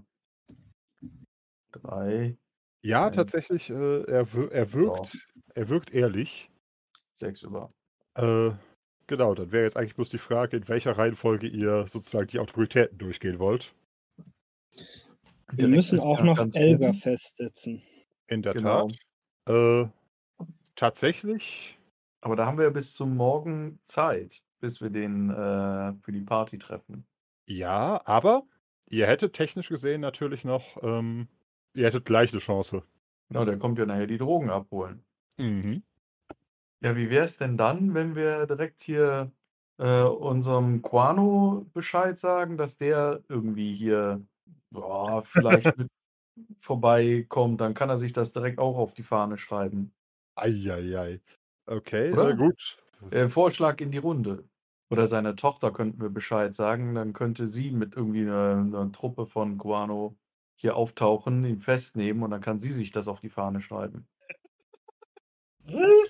3, Ja, Nein. tatsächlich, er wirkt ehrlich. 6 über. Genau, dann wäre jetzt eigentlich bloß die Frage, in welcher Reihenfolge ihr sozusagen die Autoritäten durchgehen wollt. Wir Direkt müssen bis auch nach noch ganz Elga oben. festsetzen. In der Genau. Tat. Tatsächlich, Aber da haben wir ja bis zum Morgen Zeit, bis wir den für die Party treffen. ja, aber ihr hättet technisch gesehen natürlich noch, ihr hättet gleich eine Chance. Genau, der kommt ja nachher die Drogen abholen. Mhm. Ja, wie wäre es denn dann, wenn wir direkt hier unserem Quano Bescheid sagen, dass der irgendwie hier vielleicht mit vorbeikommt? Dann kann er sich das direkt auch auf die Fahne schreiben. Eieiei. Okay, Oder? gut. Vorschlag in die Runde. Oder seiner Tochter könnten wir Bescheid sagen, dann könnte sie mit irgendwie einer Truppe von Guano hier auftauchen, ihn festnehmen und dann kann sie sich das auf die Fahne schreiben. Was?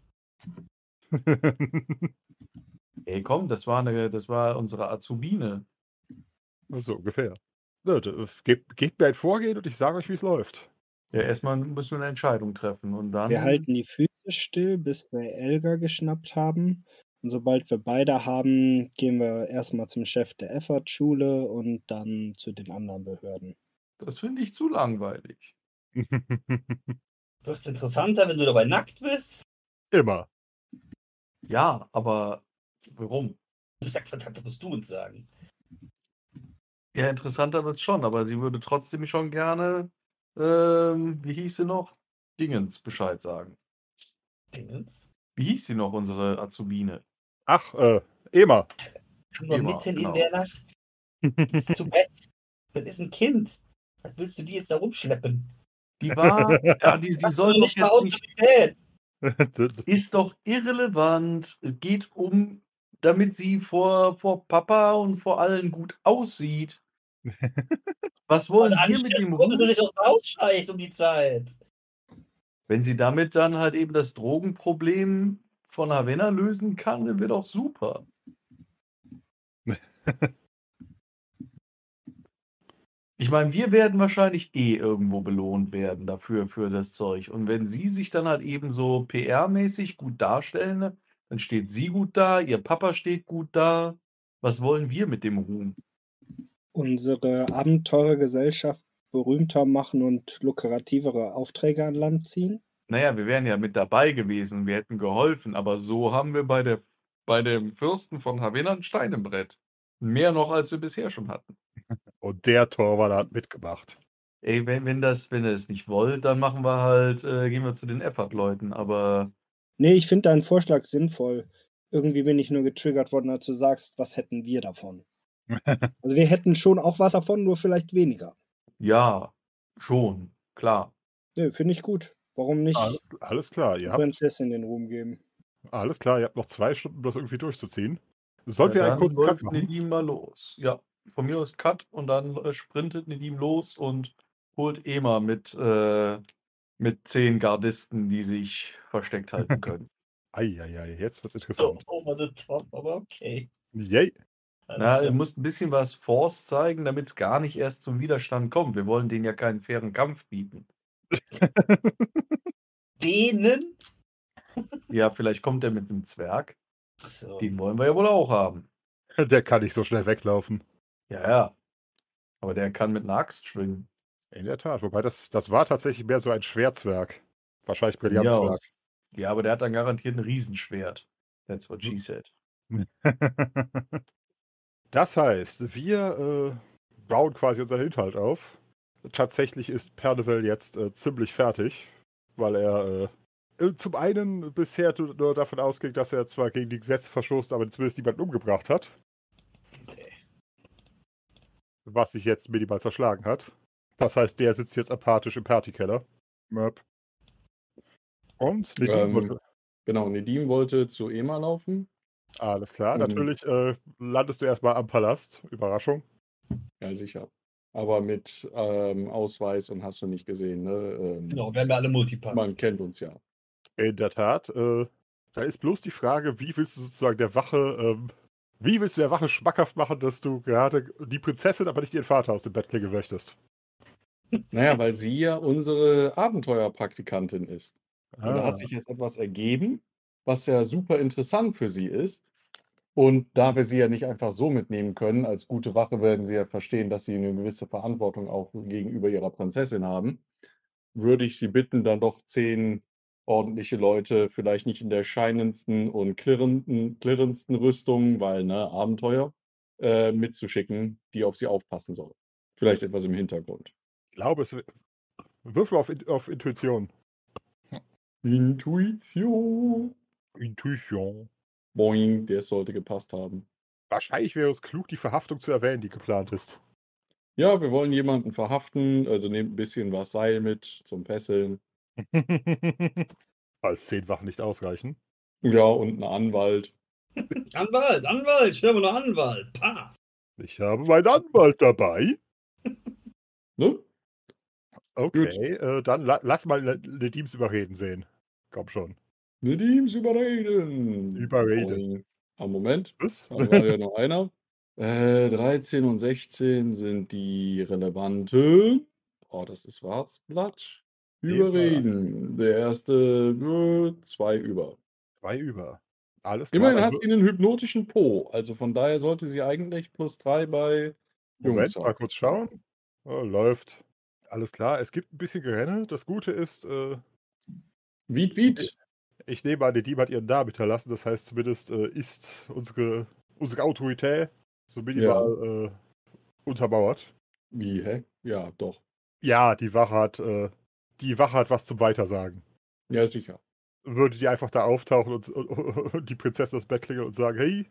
Ey, komm, das war unsere Azubine. So ungefähr. Gebt mir ein Vorgehen und ich sage euch, wie es läuft. Ja, erstmal müssen wir eine Entscheidung treffen und dann. Wir halten die Füße still, bis wir Elga geschnappt haben. Und sobald wir beide haben, gehen wir erstmal zum Chef der Effert-Schule und dann zu den anderen Behörden. Das finde ich zu langweilig. Wird's interessanter, wenn du dabei nackt bist? Immer. Ja, aber warum? Das musst du uns sagen. Ja, interessanter wird es schon, aber sie würde trotzdem schon gerne, wie hieß sie noch? Dingens Bescheid sagen. Dingens? Wie hieß sie noch, unsere Azubine? Ach, Ema. Schon mal Immer, mitten genau. in der Nacht. Die ist zu Bett. Das ist ein Kind. Was willst du die jetzt da rumschleppen? Die war, ja, die Das soll ist doch nicht mal jetzt nicht, Autorität. ist doch irrelevant. Es geht um, damit sie vor Papa und vor allen gut aussieht. Was wollen wir mit dem Dass sie Ruhm? sich aus dem Haus schleicht um die Zeit. Wenn sie damit dann halt eben das Drogenproblem von Havanna lösen kann, dann wäre doch super. Ich meine, wir werden wahrscheinlich irgendwo belohnt werden dafür, für das Zeug. Und wenn sie sich dann halt eben so PR-mäßig gut darstellen, ne, dann steht sie gut da, ihr Papa steht gut da. Was wollen wir mit dem Ruhm? Unsere Abenteurergesellschaft berühmter machen und lukrativere Aufträge an Land ziehen? Naja, wir wären ja mit dabei gewesen, wir hätten geholfen, aber so haben wir bei dem Fürsten von Havanna ein Stein im Brett. Mehr noch, als wir bisher schon hatten. Und der Torwart hat mitgemacht. Ey, wenn ihr es nicht wollt, dann machen wir halt, gehen wir zu den Effert-Leuten, aber Nee, ich finde deinen Vorschlag sinnvoll. Irgendwie bin ich nur getriggert worden, als du sagst, was hätten wir davon? Also wir hätten schon auch was davon, nur vielleicht weniger. Ja, schon, klar. Ne, finde ich gut. Warum nicht Alles klar, der Prinzessin den Ruhm geben? alles klar, ihr habt noch 2 Stunden, um das irgendwie durchzuziehen. Ja, Sollen wir einen dann kurzen Cut läuft machen? Nedim mal los. Ja, von mir aus Cut und dann sprintet Nedim los und holt Ema mit 10 Gardisten, die sich versteckt halten können. Jetzt wird's So, interessant. over the top, aber okay. Yay. Na, Alles du musst ein bisschen was Force zeigen, damit es gar nicht erst zum Widerstand kommt. Wir wollen denen ja keinen fairen Kampf bieten. denen? Ja, vielleicht kommt er mit einem Zwerg. So. Den wollen wir ja wohl auch haben. Der kann nicht so schnell weglaufen. Ja, ja. Aber der kann mit einer Axt schwingen. In der Tat, wobei das war tatsächlich mehr so ein Schwertzwerg. Wahrscheinlich Von mir Brillantzwerg. aus. Ja, aber der hat dann garantiert ein Riesenschwert. That's what she said. Das heißt, wir bauen quasi unseren Hinterhalt auf. Tatsächlich ist Pernevel jetzt ziemlich fertig, weil er zum einen bisher nur davon ausging, dass er zwar gegen die Gesetze verstoßen, aber zumindest niemanden umgebracht hat. Okay. Was sich jetzt minimal zerschlagen hat. Das heißt, der sitzt jetzt apathisch im Partykeller. Möp. Und Nedim Genau, Nedim wollte zu Ema laufen. alles klar. Und- Natürlich landest du erstmal am Palast. Überraschung. Ja, sicher. Aber mit Ausweis und hast du nicht gesehen, ne? Genau, wir haben ja alle Multipass. Man kennt uns ja. In der Tat. Da ist bloß die Frage, wie willst du sozusagen der Wache schmackhaft machen, dass du gerade die Prinzessin, aber nicht ihren Vater aus dem Bett kriegen möchtest? Naja, weil sie ja unsere Abenteuerpraktikantin ist. Und da hat sich jetzt etwas ergeben, was ja super interessant für sie ist. Und da wir sie ja nicht einfach so mitnehmen können, als gute Wache werden sie ja verstehen, dass sie eine gewisse Verantwortung auch gegenüber ihrer Prinzessin haben, würde ich sie bitten, dann doch 10 ordentliche Leute, vielleicht nicht in der scheinendsten und klirrendsten Rüstung, weil, ne, Abenteuer, mitzuschicken, die auf sie aufpassen sollen. Vielleicht etwas im Hintergrund. Ich glaube, würfel auf Intuition. Intuition. Intuition. Boing, der sollte gepasst haben. Wahrscheinlich wäre es klug, die Verhaftung zu erwähnen, die geplant ist. Ja, wir wollen jemanden verhaften, also nehmt ein bisschen was Seil mit zum Fesseln. Falls 10 Wachen nicht ausreichen. Ja, und einen Anwalt. Anwalt, ich habe noch Anwalt. Pah. Ich habe meinen Anwalt dabei. Ne? Okay, dann lass mal Nedims überreden sehen. Komm schon. Nedims überreden. Überreden. Boing. Moment, Was? da war ja noch einer. 13 und 16 sind die relevanten. Oh, das ist Schwarzblatt. Überreden. Der erste 2 über. 2 über. Alles klar. Immerhin dann hat sie einen hypnotischen Po. Also von daher sollte sie eigentlich +3 bei Jungs Moment, mal haben. kurz schauen. Läuft. Alles klar, es gibt ein bisschen Gerenne. Das Gute ist, Wied. ich nehme an, Nedim hat ihren Namen hinterlassen. Das heißt, zumindest ist unsere Autorität so minimal untermauert. Wie, hä? Ja, doch. Ja, die Wache hat was zum Weitersagen. Ja, sicher. Würde die einfach da auftauchen und die Prinzessin das Bett klingeln und sagen, hey,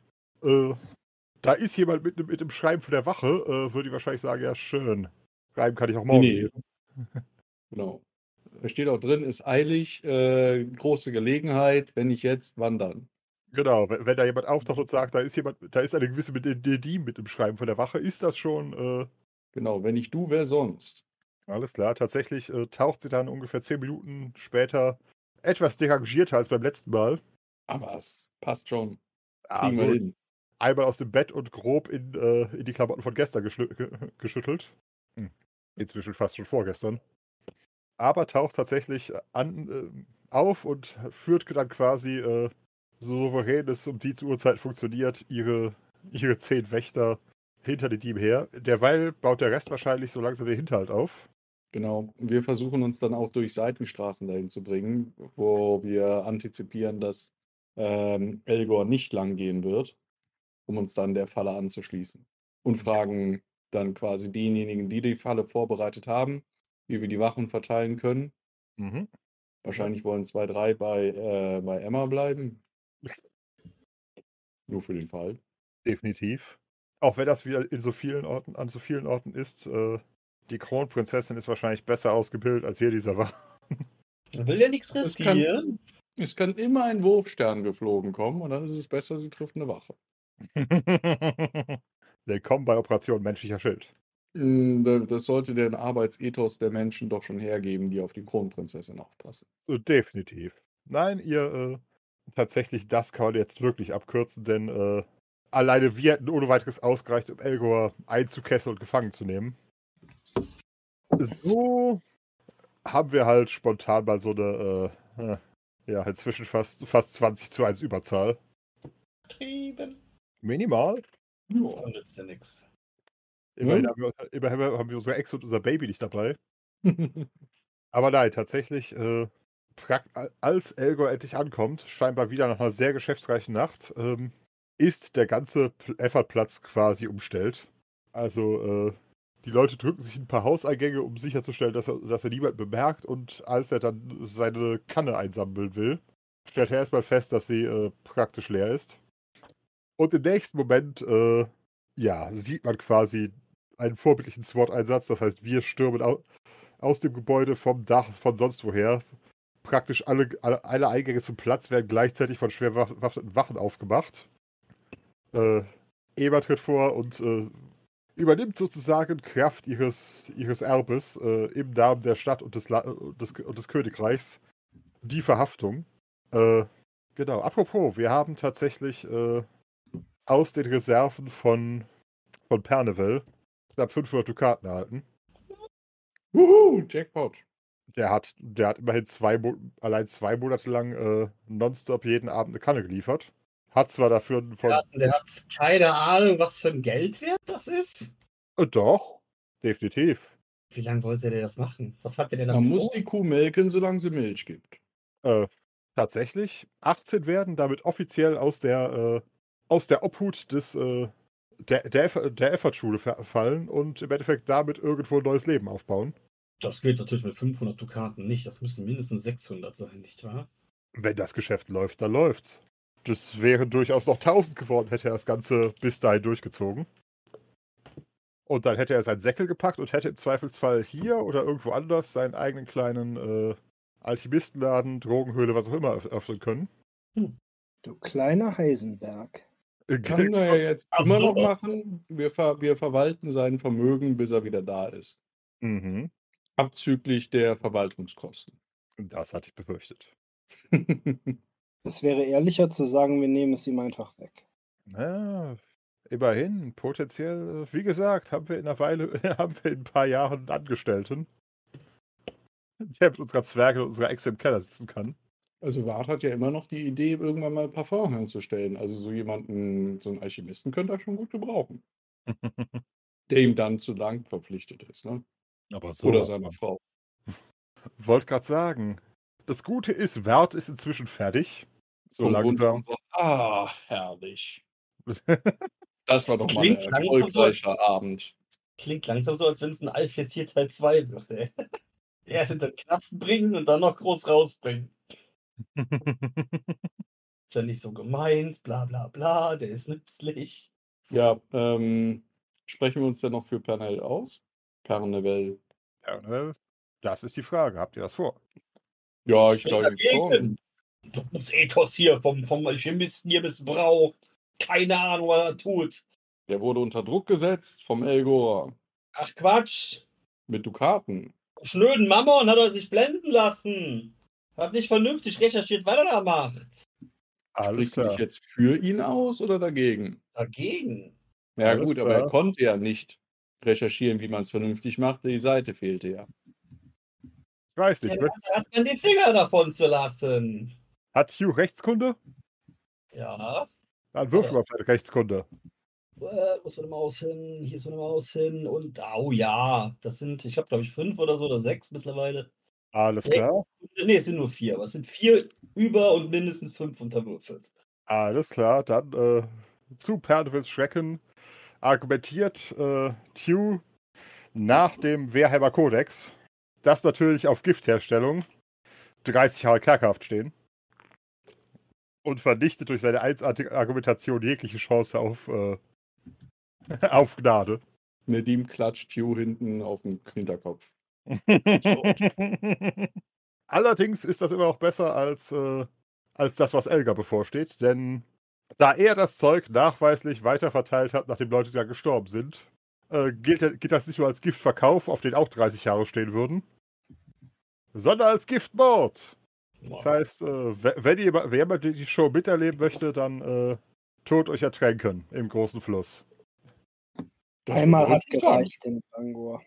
da ist jemand mit dem Schreiben von der Wache, würde die wahrscheinlich sagen, ja schön. Schreiben kann ich auch morgen Nee. lesen. Genau. Da steht auch drin, ist eilig, große Gelegenheit, wenn nicht jetzt, wann dann? Genau, wenn da jemand auftaucht und sagt, da ist eine gewisse Nedim mit dem Schreiben von der Wache, ist das schon, Genau, wenn nicht du, wer sonst? alles klar. Tatsächlich taucht sie dann ungefähr 10 Minuten später etwas derangierter als beim letzten Mal. Aber es passt schon. Ah, Kriegen wir nur hin. einmal aus dem Bett und grob in die Klamotten von gestern geschüttelt. Inzwischen fast schon vorgestern. Aber taucht tatsächlich auf und führt dann quasi, so souverän es um die Uhrzeit funktioniert, ihre 10 Wächter hinter den Dieben her. Derweil baut der Rest wahrscheinlich so langsam den Hinterhalt auf. Genau. Wir versuchen uns dann auch durch Seitenstraßen dahin zu bringen, wo wir antizipieren, dass Elgor nicht lang gehen wird, um uns dann der Falle anzuschließen. Und fragen dann quasi denjenigen, die die Falle vorbereitet haben, wie wir die Wachen verteilen können. Mhm. Wahrscheinlich wollen 2, 3 bei Emma bleiben. Nur für den Fall. Definitiv. Auch wenn das wieder an so vielen Orten ist, Die Kronprinzessin ist wahrscheinlich besser ausgebildet als hier dieser war. Man will ja nichts Es kann, riskieren. es kann immer ein Wurfstern geflogen kommen und dann ist es besser, sie trifft eine Wache. Willkommen bei Operation Menschlicher Schild. Das sollte den Arbeitsethos der Menschen doch schon hergeben, die auf die Kronprinzessin aufpassen. Definitiv. Nein, tatsächlich, das kann man jetzt wirklich abkürzen, denn alleine wir hätten ohne weiteres ausgereicht, um Elgor einzukesseln und gefangen zu nehmen. So haben wir halt spontan mal so eine, ja, inzwischen fast 20:1 Überzahl. Trieben. Minimal. Oh, nützt ja nichts. Immerhin haben wir unsere Ex und unser Baby nicht dabei. Aber nein, tatsächlich, als Elgor endlich ankommt, scheinbar wieder nach einer sehr geschäftsreichen Nacht, ist der ganze Effertplatz quasi umstellt. Also, die Leute drücken sich ein paar Hauseingänge, um sicherzustellen, dass er niemand bemerkt. Und als er dann seine Kanne einsammeln will, stellt er erstmal fest, dass sie praktisch leer ist. Und im nächsten Moment, ja, sieht man quasi einen vorbildlichen SWAT-Einsatz. Das heißt, wir stürmen aus dem Gebäude, vom Dach, von sonst woher. Praktisch alle Eingänge zum Platz werden gleichzeitig von schwer bewaffneten Wachen aufgemacht. Eber tritt vor und übernimmt sozusagen Kraft ihres Erbes im Namen der Stadt und des Königreichs die Verhaftung. Genau, apropos, wir haben tatsächlich aus den Reserven von Pernevel knapp 500 Dukaten erhalten. Jackpot. Der hat immerhin allein 2 Monate lang nonstop jeden Abend eine Kanne geliefert. Hat zwar dafür Der hat keine Ahnung, was für ein Geldwert das ist. Doch, definitiv. Wie lange wollte der das machen? Was hat der denn Man dann muss vor? die Kuh melken, solange sie Milch gibt. Tatsächlich 18 werden damit offiziell aus der Obhut der Effertschule fallen und im Endeffekt damit irgendwo ein neues Leben aufbauen. Das geht natürlich mit 500 Dukaten nicht. Das müssen mindestens 600 sein, nicht wahr? Wenn das Geschäft läuft, dann läuft's. Das wären durchaus noch 1000 geworden, hätte er das Ganze bis dahin durchgezogen. Und dann hätte er seinen Säckel gepackt und hätte im Zweifelsfall hier oder irgendwo anders seinen eigenen kleinen Alchemistenladen, Drogenhöhle, was auch immer öffnen können. Du kleiner Heisenberg. Kann er ja jetzt Ach immer so. noch machen. Wir verwalten sein Vermögen, bis er wieder da ist. Mhm. Abzüglich der Verwaltungskosten. Das hatte ich befürchtet. Es wäre ehrlicher zu sagen, wir nehmen es ihm einfach weg. Ja, immerhin, potenziell, wie gesagt, haben wir in ein paar Jahren einen Angestellten, der mit unserer Zwerge und unserer Ex im Keller sitzen kann. Also Wart hat ja immer noch die Idee, irgendwann mal Parfum herzustellen. Also so einen Alchemisten könnte er schon gut gebrauchen. Der ihm dann zu lang verpflichtet ist, ne? Aber so. Oder seiner Frau. Wollte gerade sagen, das Gute ist, Wert ist inzwischen fertig. So Kommt runter langsam. und sagt, herrlich. Das war doch mal ein Klingt langsam so, erfolgreicher Abend. Klingt langsam so, als wenn es ein Alphys 4 Teil 2 wird, ey. Erst in den Knast bringen und dann noch groß rausbringen. Ist ja nicht so gemeint, bla bla bla, der ist nützlich. Ja, sprechen wir uns denn noch für Pernell aus? Pernell. Das ist die Frage. Habt ihr das vor? Ja, ich bin glaube schon. dagegen. Das Ethos hier vom Alchemisten hier missbraucht. Keine Ahnung, was er tut. Der wurde unter Druck gesetzt vom Elgor Ach Quatsch. mit Dukaten. Schnöden Mammon hat er sich blenden lassen. Hat nicht vernünftig recherchiert, was er da macht. Alles Sprichst du dich klar. jetzt für ihn aus oder dagegen? Dagegen. Ja Alles gut, aber er klar. konnte ja nicht recherchieren, wie man es vernünftig macht. Die Seite fehlte ja. Ich weiß nicht. Ja, hat man die Finger davon zu lassen. Hat Hugh Rechtskunde? Ja. Dann wirf mal auf deine Rechtskunde. Wo ist meine Maus hin? Hier ist meine Maus hin. Und, oh ja, das sind, ich habe glaube ich 5 oder so oder 6 mittlerweile. Alles Nee. klar. Ne, es sind nur 4, aber es sind 4 über und mindestens 5 unterwürfelt. Alles klar. Dann zu Pernevils Schrecken argumentiert Tew nach dem Wehrheimer Kodex, dass natürlich auf Giftherstellung 30 Jahre Kerkerhaft stehen und vernichtet durch seine einzigartige Argumentation jegliche Chance auf Gnade. Nedim klatscht Hugh hinten auf den Hinterkopf. Allerdings ist das immer noch besser als das, was Elgar bevorsteht, denn da er das Zeug nachweislich weiterverteilt hat, nachdem Leute da gestorben sind, gilt das nicht nur als Giftverkauf, auf den auch 30 Jahre stehen würden, sondern als Giftmord. Das heißt, wer jemand die Show miterleben möchte, dann tot euch ertränken im großen Fluss. Einmal hat gereicht in Bangor.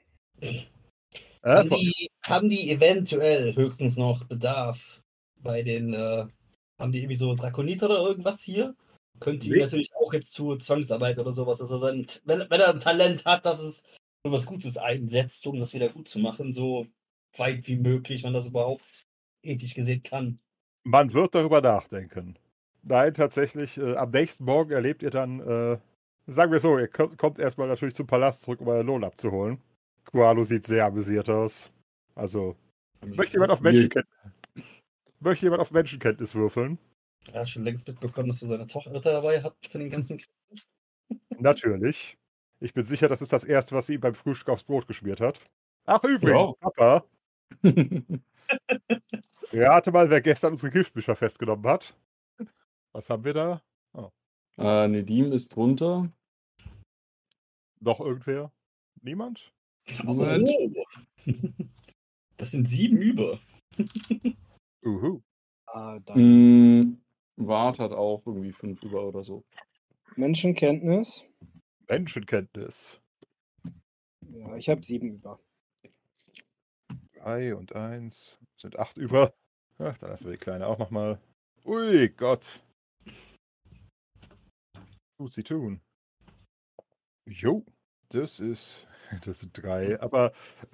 Haben die eventuell höchstens noch Bedarf bei den, haben die irgendwie so Drakoniter oder irgendwas hier? Könnte ihn natürlich auch jetzt zu Zwangsarbeit oder sowas, also wenn er ein Talent hat, dass es so was Gutes einsetzt, um das wieder gut zu machen, so weit wie möglich, wenn das überhaupt ethisch gesehen kann. Man wird darüber nachdenken. Nein, tatsächlich, am nächsten Morgen erlebt ihr dann, sagen wir so, ihr kommt erstmal natürlich zum Palast zurück, um euren Lohn abzuholen. Kualo sieht sehr amüsiert aus. Also, möchte jemand auf Menschenkenntnis würfeln? Er hat schon längst mitbekommen, dass er seine Tochter dabei hat für den ganzen Krieg. Natürlich. Ich bin sicher, das ist das Erste, was sie ihm beim Frühstück aufs Brot geschmiert hat. Ach, übrigens, Papa, rate mal, wer gestern unsere Giftmischer festgenommen hat. Was haben wir da? Oh. Nedim ist drunter. Noch irgendwer? Niemand? Moment. Oh. Das sind 7 über. Uhu. Wart hat auch irgendwie 5 über oder so. Menschenkenntnis. Menschenkenntnis. Ja, ich habe 7 über. 3 und 1 sind 8 über. Ach, dann lassen wir die Kleine auch nochmal. Ui, Gott. Tut sie tun. Jo, das sind 3. Aber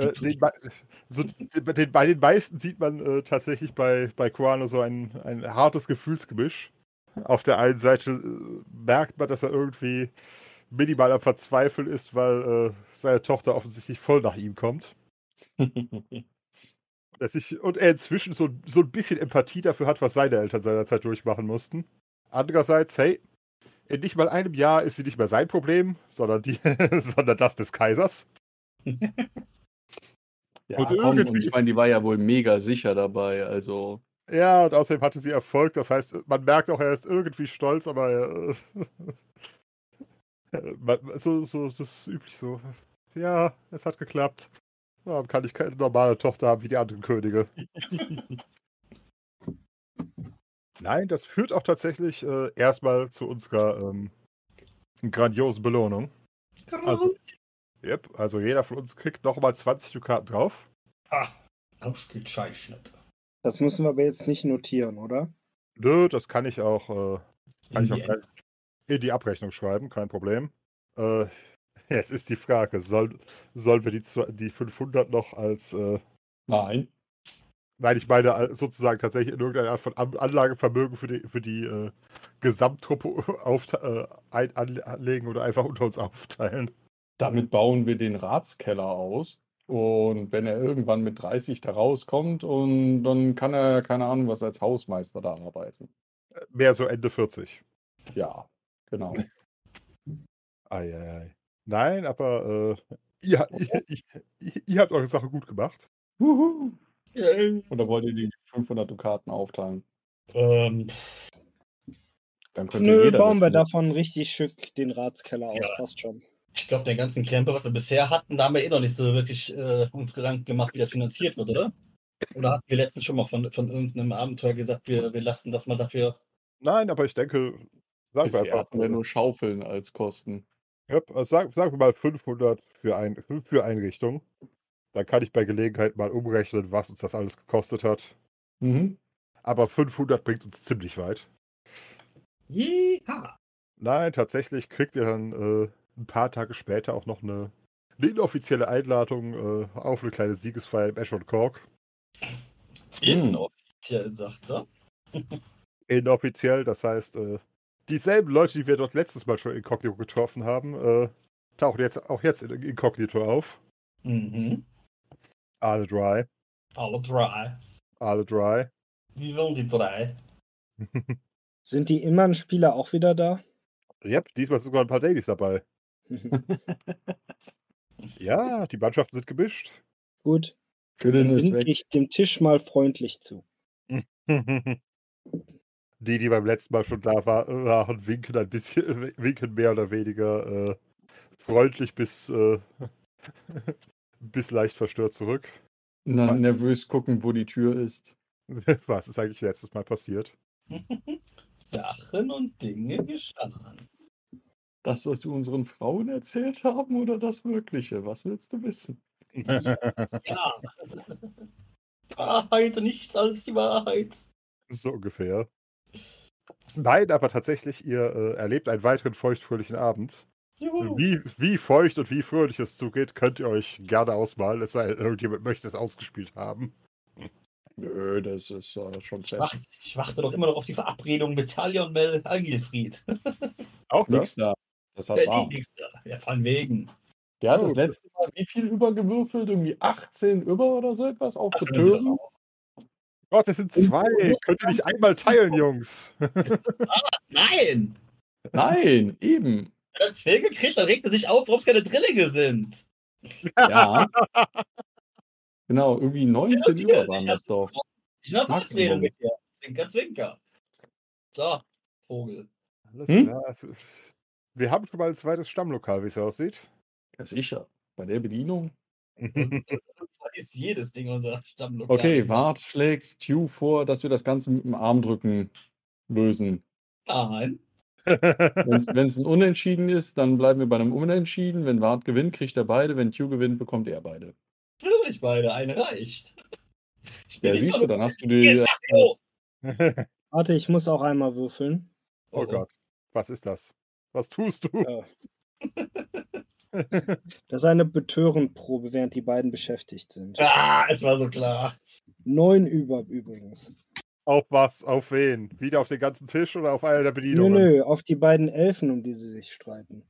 bei den meisten sieht man tatsächlich bei Kuano so ein hartes Gefühlsgemisch. Auf der einen Seite merkt man, dass er irgendwie minimal am Verzweifeln ist, weil seine Tochter offensichtlich voll nach ihm kommt. Und er inzwischen so ein bisschen Empathie dafür hat, was seine Eltern seinerzeit durchmachen mussten. Andererseits, hey, in nicht mal einem Jahr ist sie nicht mehr sein Problem, sondern das des Kaisers. Ja, Und komm, irgendwie- und ich meine, die war ja wohl mega sicher dabei, also. Ja, und außerdem hatte sie Erfolg. Das heißt, man merkt auch, er ist irgendwie stolz, aber so das ist üblich so. Ja, es hat geklappt. Dann kann ich keine normale Tochter haben wie die anderen Könige. Nein, das führt auch tatsächlich erstmal zu unserer grandiosen Belohnung. Also jeder von uns kriegt nochmal 20 Dukaten drauf. Ausgezeichnet. Das müssen wir aber jetzt nicht notieren, oder? Nö, das kann ich auch, In in die Abrechnung schreiben, kein Problem. Jetzt ist die Frage, sollen wir die 500 noch als... Nein. Nein, ich meine sozusagen tatsächlich in irgendeiner Art von Anlagevermögen für die Gesamttruppe anlegen oder einfach unter uns aufteilen. Damit bauen wir den Ratskeller aus. Und wenn er irgendwann mit 30 da rauskommt, und dann kann er, keine Ahnung, was als Hausmeister da arbeiten. Mehr so Ende 40. Ja, genau. Eieiei. Nein, aber ihr habt eure Sache gut gemacht. Wuhu. Oder wollt ihr die 500 Dukaten aufteilen? Ähm, Dann könnte Nö, jeder bauen wir das davon richtig schick den Ratskeller aus. Ja. Passt schon. ich glaube, den ganzen Krempel, was wir bisher hatten, da haben wir noch nicht so wirklich uns Gedanken gemacht, wie das finanziert wird, oder? Oder hatten wir letztens schon mal von irgendeinem Abenteuer gesagt, wir lassen das mal dafür. Nein, aber ich denke, sagen wir Bisher einfach. hatten wir nur Schaufeln als Kosten. Ja, also sagen wir mal 500 für Einrichtung. Dann kann ich bei Gelegenheit mal umrechnen, was uns das alles gekostet hat. Mhm. Aber 500 bringt uns ziemlich weit. Jeha! Nein, tatsächlich kriegt ihr dann ein paar Tage später auch noch eine inoffizielle Einladung auf eine kleine Siegesfeier im Ash und Cork. Inoffiziell, sagt er. Inoffiziell, das heißt, dieselben Leute, die wir dort letztes Mal schon inkognito getroffen haben, tauchen jetzt in inkognito auf. Mhm. Alle dry. Alle drei. Alle dry. Wie wollen die 3? Sind die Immern-Spieler auch wieder da? Yep, diesmal sogar ein paar Dailies dabei. Ja, die Mannschaften sind gemischt. Gut, Philin dann ist winke weg. ich dem Tisch mal freundlich zu. Die beim letzten Mal schon da waren, winken ein bisschen, winken mehr oder weniger freundlich bis leicht verstört zurück. Und dann Was? nervös gucken, wo die Tür ist. Was ist eigentlich letztes Mal passiert? Sachen und Dinge geschahen. Das, was wir unseren Frauen erzählt haben oder das Wirkliche? Was willst du wissen? Ja. Wahrheit und nichts als die Wahrheit. So ungefähr. Nein, aber tatsächlich, ihr erlebt einen weiteren feuchtfröhlichen Abend. Juhu. Wie feucht und wie fröhlich es zugeht, könnt ihr euch gerne ausmalen, es sei denn, irgendjemand möchte es ausgespielt haben. Nö, das ist schon Ich fertig. warte doch immer noch auf die Verabredung mit Talia und Mel Angilfried. Auch Nix das? da. Das hat warm. Ja, von wegen. Der hat Oh, das letzte Mal wie viel übergewürfelt? Irgendwie 18 über oder so etwas auf Ach, Betören? Gott, es sind 2. Könnt ihr nicht einmal teilen, Jungs? Nein! Nein, eben. Er hat 2 gekriegt, dann regt er sich auf, warum es keine Drillinge sind. Ja. Genau, irgendwie 19 Ja, über waren das doch. Ich habe Maximum. Verabredung mit dir. Zwinker, zwinker. So, Vogel. Alles Hm? klar. Wir haben schon mal ein zweites Stammlokal, wie es aussieht. Ja, sicher. Bei der Bedienung. Das ist jedes Ding unser Stammlokal. Okay, Wart schlägt Tew vor, dass wir das Ganze mit dem Armdrücken lösen. Nein. Wenn es ein Unentschieden ist, dann bleiben wir bei einem Unentschieden. Wenn Wart gewinnt, kriegt er beide. Wenn Tew gewinnt, bekommt er beide. Natürlich beide, eine reicht. Ich bin Ja, nicht siehst so du, dann hast du Jetzt die. lass go! Warte, ich muss auch einmal würfeln. Oh Gott, was ist das? Was tust du? Ja. Das ist eine Betörenprobe, während die beiden beschäftigt sind. Ah, es war so klar. 9 über übrigens. Auf was? Auf wen? Wieder auf den ganzen Tisch oder auf einer der Nö, Bedienungen? nö, auf die beiden Elfen, um die sie sich streiten.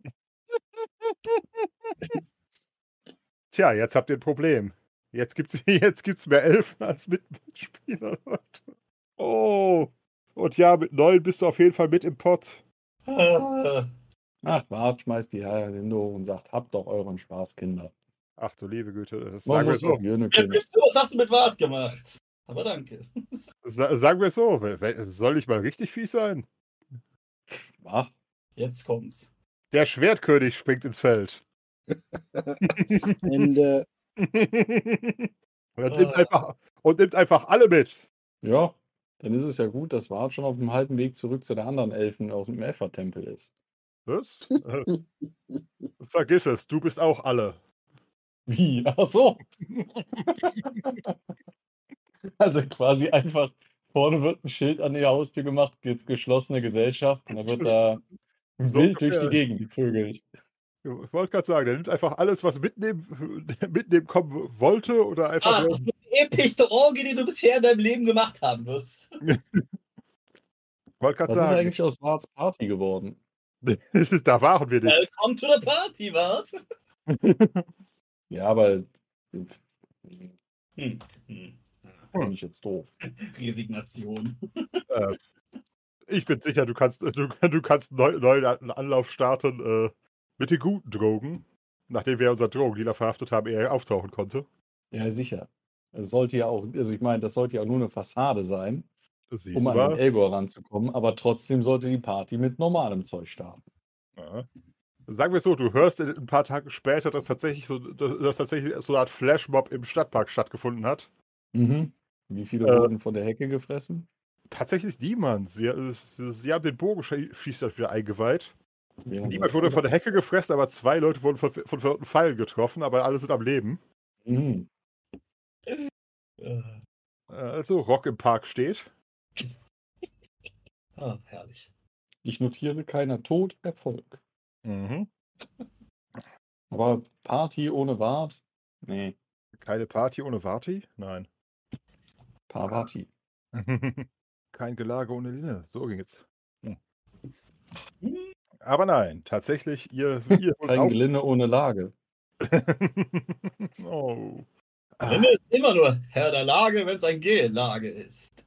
Tja, jetzt habt ihr ein Problem. Jetzt gibt's mehr Elfen als Mitspieler. Oh. Und ja, mit 9 bist du auf jeden Fall mit im Pott. Ah, Ach, Wart schmeißt die Herrin hoch und sagt: Habt doch euren Spaß, Kinder. Ach du liebe Güte, das Man sagen wir muss so. auch Jürne wer kennen. bist du? Was hast du mit Wart gemacht? Aber danke. Sagen wir so. Soll ich mal richtig fies sein? Ach, Jetzt kommt's. Der Schwertkönig springt ins Feld. Ende. und nimmt einfach alle mit. ja, dann ist es ja gut, dass Wart schon auf dem halben Weg zurück zu der anderen Elfen aus dem Elfertempel ist. Was? Vergiss es, du bist auch alle. Wie? Ach so. Also quasi einfach, vorne wird ein Schild an die Haustür gemacht, jetzt geschlossene Gesellschaft, und dann wird da So wild durch die ungefähr. Gegend gevögelt. Ich wollte gerade sagen, der nimmt einfach alles, was mitnehmen kommen wollte oder einfach Das ist die epischste Orgie, die du bisher in deinem Leben gemacht haben wirst. wollte gerade Was ist sagen. eigentlich aus Warts Party geworden? Da waren wir nicht. Welcome to the party, Wart. Ja, aber Hm. bin ich jetzt doof. Resignation. Ich bin sicher, du kannst einen neuen Anlauf starten mit den guten Drogen, nachdem wir unseren Drogendealer verhaftet haben, ehe er auftauchen konnte. Ja, sicher. Es sollte ja auch, also ich meine, das sollte ja auch nur eine Fassade sein, Siehst um du an den mal. Elgor ranzukommen, aber trotzdem sollte die Party mit normalem Zeug starten. Ja. Sagen wir es so, du hörst ein paar Tage später, dass tatsächlich so eine Art Flashmob im Stadtpark stattgefunden hat. Mhm. Wie viele wurden von der Hecke gefressen? Tatsächlich niemand. Sie haben den Bogenschießer wieder eingeweiht. Während Niemand das wurde andere- von der Hecke gefressen, aber 2 Leute wurden von verwirrten Pfeilen getroffen, aber alle sind am Leben. Mhm. Also Rock im Park steht. Herrlich. Ich notiere keiner Tod, Erfolg. Mhm. Aber Party ohne Wart? Nee, Keine Party ohne Vati? Nein. Parvati. Kein Gelage ohne Linne. So ging's. Aber nein, tatsächlich, ihr Kein Gelinne ohne Lage. Oh. Linde ist immer nur Herr der Lage, wenn es ein G-Lage ist.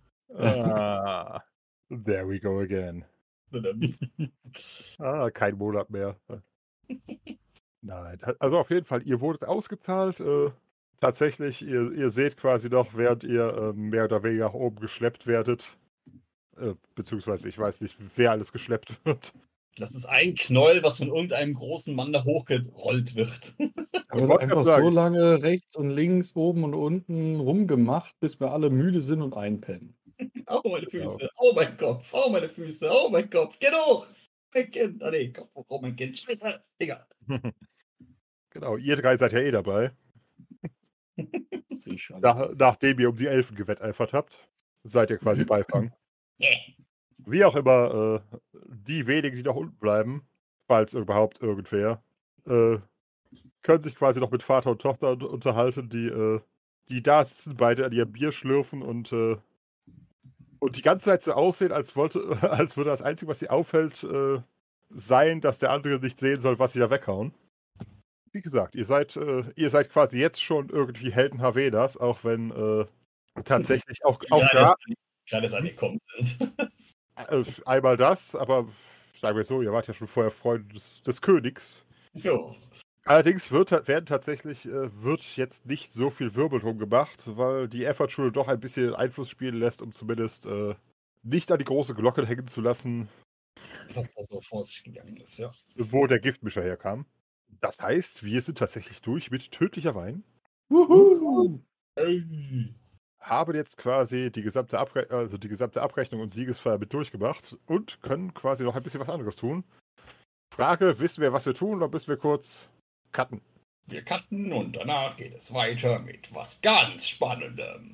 There we go again. Kein Monat mehr. Nein, also auf jeden Fall, ihr wurdet ausgezahlt. Tatsächlich, ihr seht quasi noch, während ihr mehr oder weniger nach oben geschleppt werdet, beziehungsweise ich weiß nicht, wer alles geschleppt wird. Das ist ein Knoll, was von irgendeinem großen Mann da hochgerollt wird. Da wird wollte einfach grad so sagen. lange rechts und links, oben und unten rumgemacht, bis wir alle müde sind und einpennen. Oh, meine Genau. Füße. Oh, mein Kopf. Oh, meine Füße. Oh, mein Kopf. Geh hoch. Mein Kind. Ah, nee, Kopf. Oh, mein Kind. Scheiße. Egal. Genau, ihr drei seid ja eh dabei. Sehe ich schon. Nachdem ihr um die Elfen gewetteifert habt, seid ihr quasi Beifang. Yeah. Wie auch immer, die wenigen, die noch unten bleiben, falls überhaupt irgendwer, können sich quasi noch mit Vater und Tochter unterhalten, die da sitzen, beide an ihr Bier schlürfen und die ganze Zeit so aussehen, als würde das Einzige, was sie auffällt, sein, dass der andere nicht sehen soll, was sie da weghauen. Wie gesagt, ihr seid quasi jetzt schon irgendwie Helden Havenas, auch wenn tatsächlich auch Gerade es angekommen sind. einmal das, aber sagen wir so, ihr wart ja schon vorher Freunde des Königs. Jo. Allerdings wird jetzt nicht so viel Wirbel drum gemacht, weil die Effortschule doch ein bisschen Einfluss spielen lässt, um zumindest nicht an die große Glocke hängen zu lassen, Was so vor sich gegangen ist, ja. wo der Giftmischer herkam. Das heißt, wir sind tatsächlich durch mit tödlicher Wein, Wuhu! Ey. haben jetzt quasi die gesamte Abrechnung und Siegesfeier mit durchgemacht und können quasi noch ein bisschen was anderes tun. Frage, wissen wir, was wir tun, oder müssen wir kurz cutten? Wir cutten und danach geht es weiter mit was ganz Spannendem.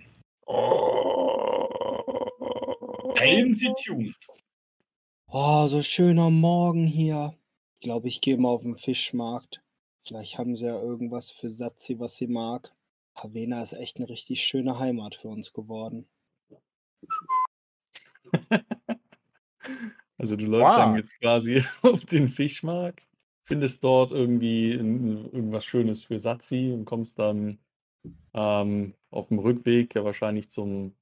Bleiben Sie tuned. Oh, so schöner Morgen hier. Ich glaube, ich gehe mal auf den Fischmarkt. Vielleicht haben sie ja irgendwas für Satzi, was sie mag. Havena ist echt eine richtig schöne Heimat für uns geworden. Also du läufst dann Wow. jetzt quasi auf den Fischmarkt, findest dort irgendwie irgendwas Schönes für Satzi und kommst dann auf dem Rückweg ja wahrscheinlich zum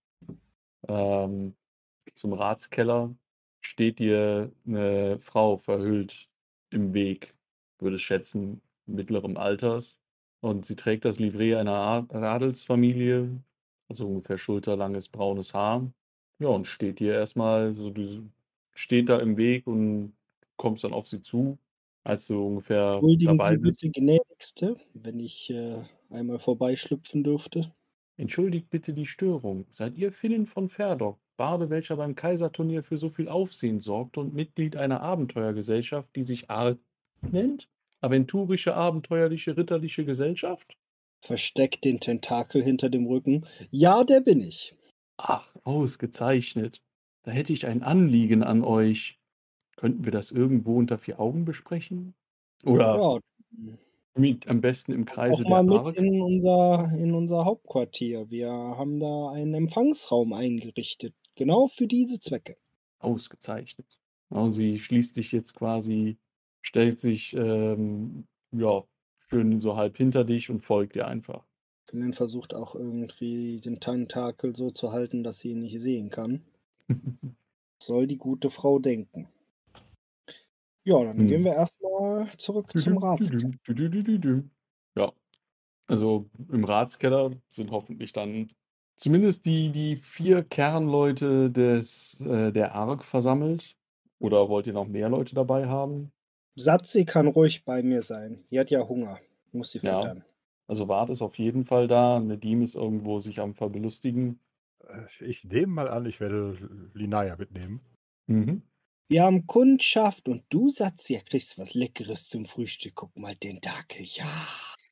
Ratskeller. Steht dir eine Frau verhüllt im Weg, würde ich schätzen, mittleren Alters. Und sie trägt das Livret einer Adelsfamilie, also ungefähr schulterlanges braunes Haar. Ja, und steht dir erstmal, du steht da im Weg und kommst dann auf sie zu, als du ungefähr Entschuldigen dabei Sie bist. bitte, Gnädigste, wenn ich einmal vorbeischlüpfen dürfte. Entschuldigt bitte die Störung. Seid ihr Finnen von Ferdok, Barde, welcher beim Kaiserturnier für so viel Aufsehen sorgte und Mitglied einer Abenteuergesellschaft, die sich nennt? Aventurische, abenteuerliche, ritterliche Gesellschaft? Versteckt den Tentakel hinter dem Rücken. Ja, der bin ich. Ach, ausgezeichnet. Da hätte ich ein Anliegen an euch. Könnten wir das irgendwo unter vier Augen besprechen? Oder Ja, am besten im Kreise auch mal der mit Ark? in unser Hauptquartier. Wir haben da einen Empfangsraum eingerichtet, genau für diese Zwecke. Ausgezeichnet. Genau, sie schließt sich jetzt quasi, stellt sich ja, schön so halb hinter dich und folgt dir einfach. Flynn versucht auch irgendwie den Tentakel so zu halten, dass sie ihn nicht sehen kann. Soll die gute Frau denken. Ja, dann gehen wir erstmal zurück zum Ratskeller. Ja, also im Ratskeller sind hoffentlich dann zumindest die 4 Kernleute der Ark versammelt. Oder wollt ihr noch mehr Leute dabei haben? Satzi kann ruhig bei mir sein. Die hat ja Hunger. Muss sie Ja. füttern. Also Wart ist auf jeden Fall da. Nedim ist irgendwo sich am Verbelustigen. Ich nehme mal an, ich werde Linaya mitnehmen. Mhm. Wir haben Kundschaft und du, Satzi, kriegst was Leckeres zum Frühstück. Guck mal, Tentakel. Ja,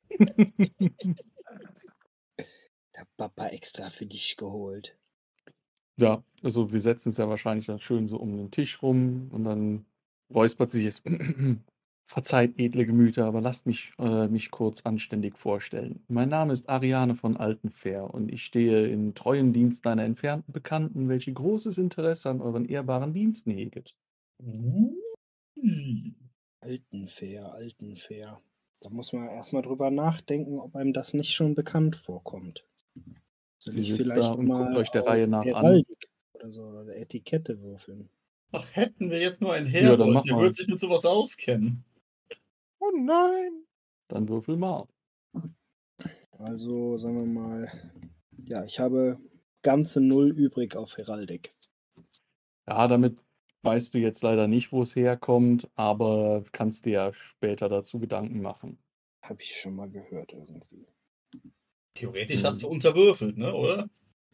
der Papa extra für dich geholt. Ja, also wir setzen es ja wahrscheinlich dann schön so um den Tisch rum und dann räuspert sich es. Verzeiht, edle Gemüter, aber lasst mich kurz anständig vorstellen. Mein Name ist Ariane von Altenfair und ich stehe in treuem Dienst einer entfernten Bekannten, welche großes Interesse an euren ehrbaren Diensten heget. Altenfair. Da muss man erstmal drüber nachdenken, ob einem das nicht schon bekannt vorkommt. Soll Sie ich sitzt da vielleicht und guckt mal euch der auf Reihe nach an. Heraldik oder so oder Etikette würfeln? Ach, hätten wir jetzt nur einen Ja, dann Herold, mach der mal. wird sich mit sowas auskennen. Oh nein! Dann würfel mal. Also sagen wir mal, ja, ich habe ganze 0 übrig auf Heraldik. Ja, damit weißt du jetzt leider nicht, wo es herkommt, aber kannst dir ja später dazu Gedanken machen. Habe ich schon mal gehört irgendwie. Theoretisch hast du unterwürfelt, ne, oder?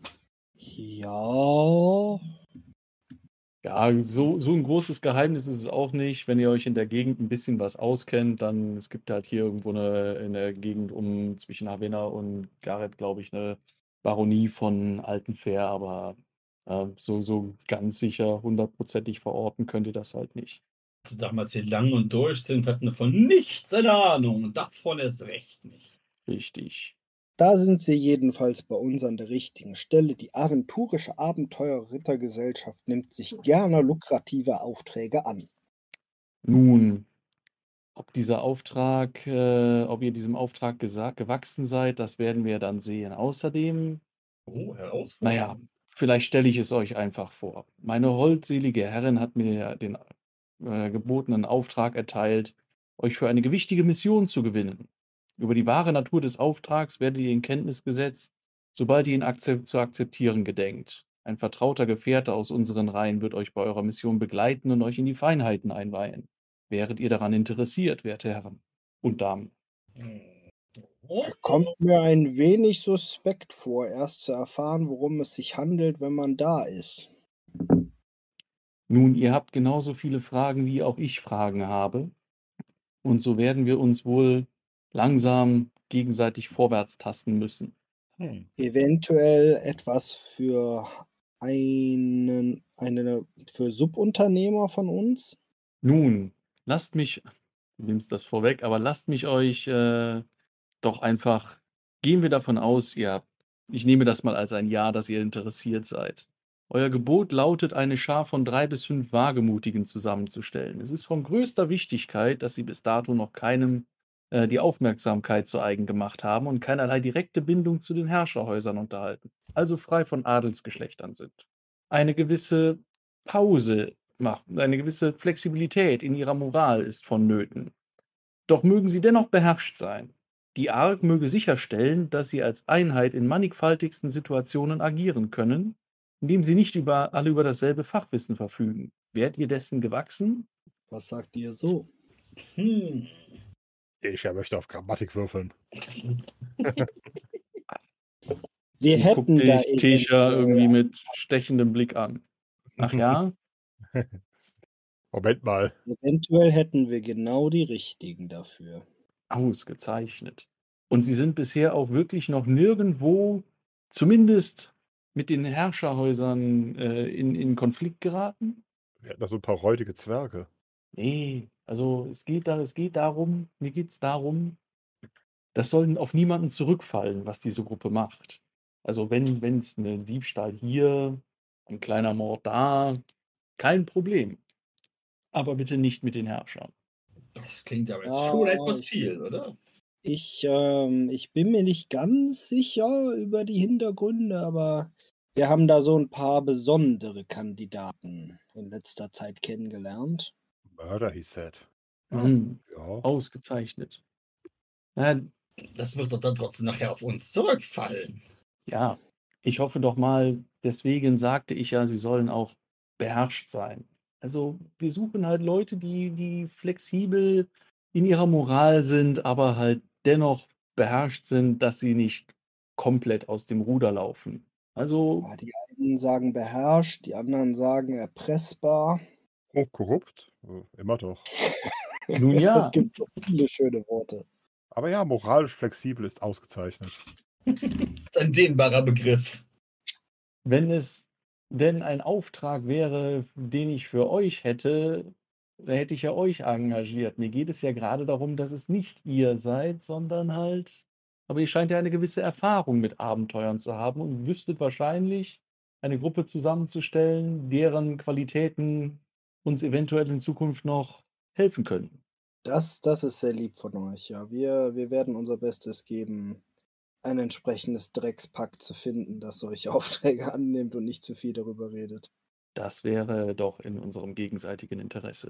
Ja, Ja, so ein großes Geheimnis ist es auch nicht. Wenn ihr euch in der Gegend ein bisschen was auskennt, dann es gibt halt hier irgendwo in der Gegend zwischen Havenna und Gareth, glaube ich, eine Baronie von Altenfair, aber so ganz sicher, hundertprozentig verorten könnt ihr das halt nicht. Als wir damals hier lang und durch sind, hatten wir von nichts eine Ahnung und davon erst recht nicht. Richtig. da sind sie jedenfalls bei uns an der richtigen Stelle. Die aventurische Abenteuer-Rittergesellschaft nimmt sich gerne lukrative Aufträge an. Nun, ob ihr diesem Auftrag gewachsen seid, das werden wir dann sehen. Außerdem, Oh, herausfordernd. naja, vielleicht stelle ich es euch einfach vor. Meine holdselige Herrin hat mir den gebotenen Auftrag erteilt, euch für eine gewichtige Mission zu gewinnen. Über die wahre Natur des Auftrags werdet ihr in Kenntnis gesetzt, sobald ihr ihn zu akzeptieren gedenkt. Ein vertrauter Gefährte aus unseren Reihen wird euch bei eurer Mission begleiten und euch in die Feinheiten einweihen. Wäret ihr daran interessiert, werte Herren und Damen? Kommt mir ein wenig suspekt vor, erst zu erfahren, worum es sich handelt, wenn man da ist. Nun, ihr habt genauso viele Fragen, wie auch ich Fragen habe. Und so werden wir uns wohl langsam gegenseitig vorwärts tasten müssen. Eventuell etwas für für Subunternehmer von uns? Nun, du nimmst das vorweg, aber lasst mich euch doch einfach, gehen wir davon aus, ich nehme das mal als ein Ja, dass ihr interessiert seid. Euer Gebot lautet, eine Schar von 3 bis 5 Wagemutigen zusammenzustellen. Es ist von größter Wichtigkeit, dass sie bis dato noch keinem die Aufmerksamkeit zu eigen gemacht haben und keinerlei direkte Bindung zu den Herrscherhäusern unterhalten, also frei von Adelsgeschlechtern sind. Eine gewisse eine gewisse Flexibilität in ihrer Moral ist vonnöten. Doch mögen sie dennoch beherrscht sein. Die Ark möge sicherstellen, dass sie als Einheit in mannigfaltigsten Situationen agieren können, indem sie nicht alle über dasselbe Fachwissen verfügen. Wärt ihr dessen gewachsen? Was sagt ihr so? Ich möchte auf Grammatik würfeln. Wir Guck hätten da dich Tesha irgendwie mit stechendem Blick an. Ach ja? Moment mal. eventuell hätten wir genau die richtigen dafür. Ausgezeichnet. Und sie sind bisher auch wirklich noch nirgendwo, zumindest mit den Herrscherhäusern, in Konflikt geraten? Wir hatten da so ein paar räudige Zwerge. Nee, also es geht darum, mir geht es darum, das soll auf niemanden zurückfallen, was diese Gruppe macht. Also wenn es ein Diebstahl hier, ein kleiner Mord da, kein Problem. Aber bitte nicht mit den Herrschern. Das klingt aber jetzt Ja, schon etwas viel, oder? Ich bin mir nicht ganz sicher über die Hintergründe, aber wir haben da so ein paar besondere Kandidaten in letzter Zeit kennengelernt. Murder, he said. Mhm. Ja. Ausgezeichnet. Ja, Das wird doch dann trotzdem nachher auf uns zurückfallen. ja, ich hoffe doch mal, deswegen sagte ich ja, sie sollen auch beherrscht sein. Also wir suchen halt Leute, die flexibel in ihrer Moral sind, aber halt dennoch beherrscht sind, dass sie nicht komplett aus dem Ruder laufen. Also, Ja, die einen sagen beherrscht, die anderen sagen erpressbar. Korrupt? Immer doch. nun ja, Es gibt so viele schöne Worte. Aber ja, moralisch flexibel ist ausgezeichnet. Das ist ein dehnbarer Begriff. wenn es denn ein Auftrag wäre, den ich für euch hätte, da hätte ich ja euch engagiert. Mir geht es ja gerade darum, dass es nicht ihr seid, sondern halt, aber ihr scheint ja eine gewisse Erfahrung mit Abenteuern zu haben und wüsstet wahrscheinlich, eine Gruppe zusammenzustellen, deren Qualitäten uns eventuell in Zukunft noch helfen können. Das ist sehr lieb von euch, ja. Wir werden unser Bestes geben, ein entsprechendes Dreckspack zu finden, das solche Aufträge annimmt und nicht zu viel darüber redet. Das wäre doch in unserem gegenseitigen Interesse.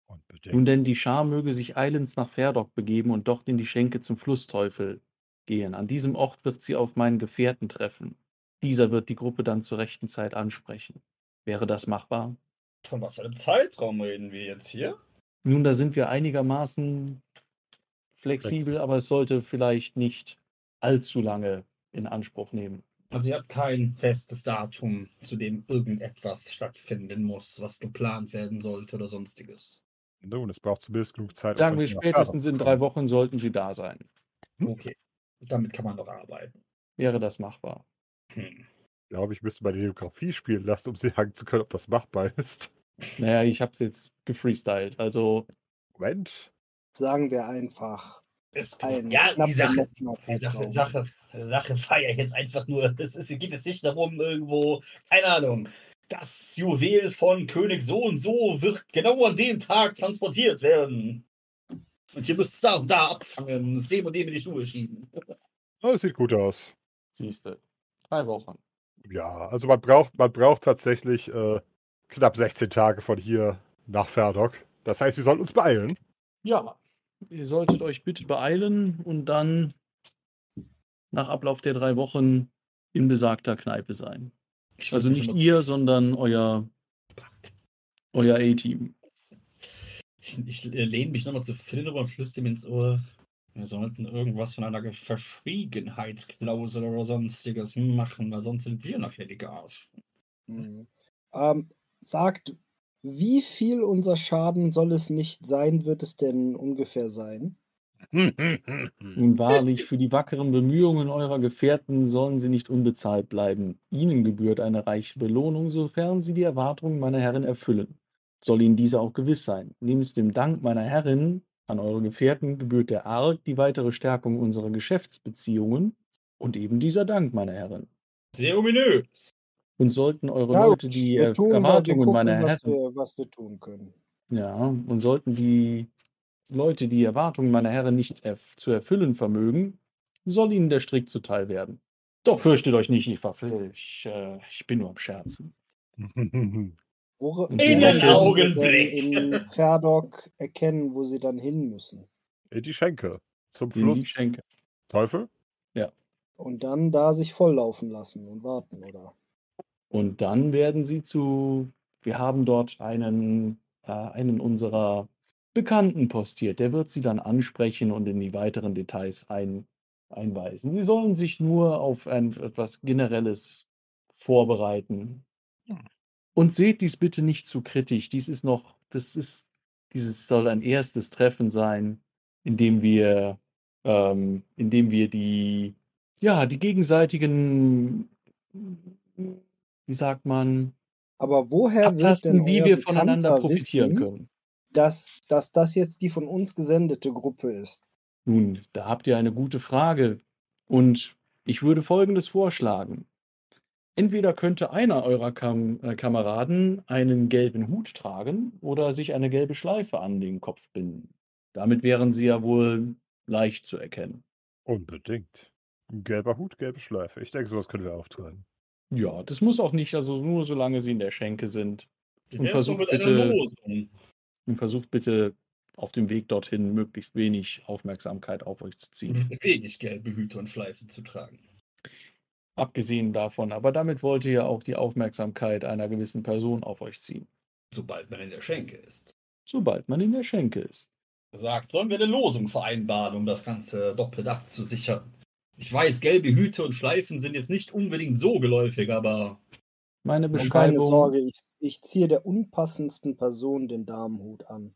Unbedingt. Nun denn, die Schar möge sich eilends nach Ferdok begeben und dort in die Schenke zum Flussteufel gehen. An diesem Ort wird sie auf meinen Gefährten treffen. Dieser wird die Gruppe dann zur rechten Zeit ansprechen. Wäre das machbar? Von was für einem Zeitraum reden wir jetzt hier? Nun, da sind wir einigermaßen flexibel, aber es sollte vielleicht nicht allzu lange in Anspruch nehmen. Also ihr habt kein festes Datum, zu dem irgendetwas stattfinden muss, was geplant werden sollte oder sonstiges. Nun, es braucht zumindest genug Zeit, Sagen von wir, hier nach spätestens Ferdok in zu 3 kommen. Wochen sollten Sie da sein. Okay, damit kann man doch arbeiten. Wäre das machbar? Ich glaube, ich müsste meine Geografie spielen lassen, um sagen zu können, ob das machbar ist. Naja, ich habe es jetzt gefreestylt. Also, Moment. Sagen wir einfach ein Ja, die knapp Sache war ja jetzt einfach nur, es geht jetzt nicht darum, irgendwo, keine Ahnung, das Juwel von König so und so wird genau an dem Tag transportiert werden. Und ihr müsst es da und da abfangen, es dem und dem in die Schuhe schieben. Oh, das sieht gut aus. siehste, 3 Wochen. Ja, also man braucht tatsächlich knapp 16 Tage von hier nach Ferdok. Das heißt, wir sollten uns beeilen. Ja, ihr solltet euch bitte beeilen und dann nach Ablauf der 3 Wochen in besagter Kneipe sein. Also nicht ihr, sondern euer A-Team. Ich lehne mich nochmal zu Phil und flüstere ihm ins Ohr. Wir sollten irgendwas von einer Verschwiegenheitsklausel oder sonstiges machen, weil sonst sind wir nachher die Gearschten. Sagt, wie viel unser Schaden soll es nicht sein, wird es denn ungefähr sein? Nun wahrlich, für die wackeren Bemühungen eurer Gefährten sollen sie nicht unbezahlt bleiben. Ihnen gebührt eine reiche Belohnung, sofern sie die Erwartungen meiner Herren erfüllen. Soll ihnen diese auch gewiss sein. Nebst dem Dank meiner Herren an eure Gefährten gebührt der Arg die weitere Stärkung unserer Geschäftsbeziehungen und eben dieser Dank, meine Herren. Sehr ominös. Und sollten eure Na Leute gut, die wir Erwartungen gucken, meiner was Herren, wir tun können. ja, und sollten die Leute die Erwartungen meiner Herren nicht zu erfüllen vermögen, soll ihnen der Strick zuteil werden. Doch fürchtet euch nicht, ich bin nur am Scherzen. Und Woran Einen werden wir Augenblick. denn in Ferdok erkennen, wo sie dann hin müssen? In die Schenke. Zum in Fluss. die Schenke. Teufel? Und dann da sich volllaufen lassen und warten, oder? Und dann werden sie wir haben dort einen unserer Bekannten postiert. Der wird sie dann ansprechen und in die weiteren Details einweisen. Sie sollen sich nur auf etwas Generelles vorbereiten. Und seht dies bitte nicht zu kritisch. Dieses soll ein erstes Treffen sein, in dem wir die gegenseitigen, wie sagt man, Aber woher wird denn abtasten, wie euer wir voneinander Bekannter profitieren wissen, können. dass das jetzt die von uns gesendete Gruppe ist? Nun, da habt ihr eine gute Frage. Und ich würde Folgendes vorschlagen. Entweder könnte einer eurer Kameraden einen gelben Hut tragen oder sich eine gelbe Schleife an den Kopf binden. Damit wären sie ja wohl leicht zu erkennen. Unbedingt. Ein gelber Hut, gelbe Schleife. Ich denke, sowas können wir auftragen. Ja, das muss auch nicht, also nur solange sie in der Schenke sind. Wie Und wär's doch versucht mit einer bitte, Losung? versucht bitte auf dem Weg dorthin möglichst wenig Aufmerksamkeit auf euch zu ziehen. Wenig gelbe Hüte und Schleifen zu tragen. Abgesehen davon, aber damit wollt ihr ja auch die Aufmerksamkeit einer gewissen Person auf euch ziehen. Sobald man in der Schenke ist. Sobald man in der Schenke ist. Sagt, sollen wir eine Losung vereinbaren, um das Ganze doppelt abzusichern? Ich weiß, gelbe Hüte und Schleifen sind jetzt nicht unbedingt so geläufig, aber Meine Und keine Beschreibung. Sorge, ich ziehe der unpassendsten Person den Damenhut an.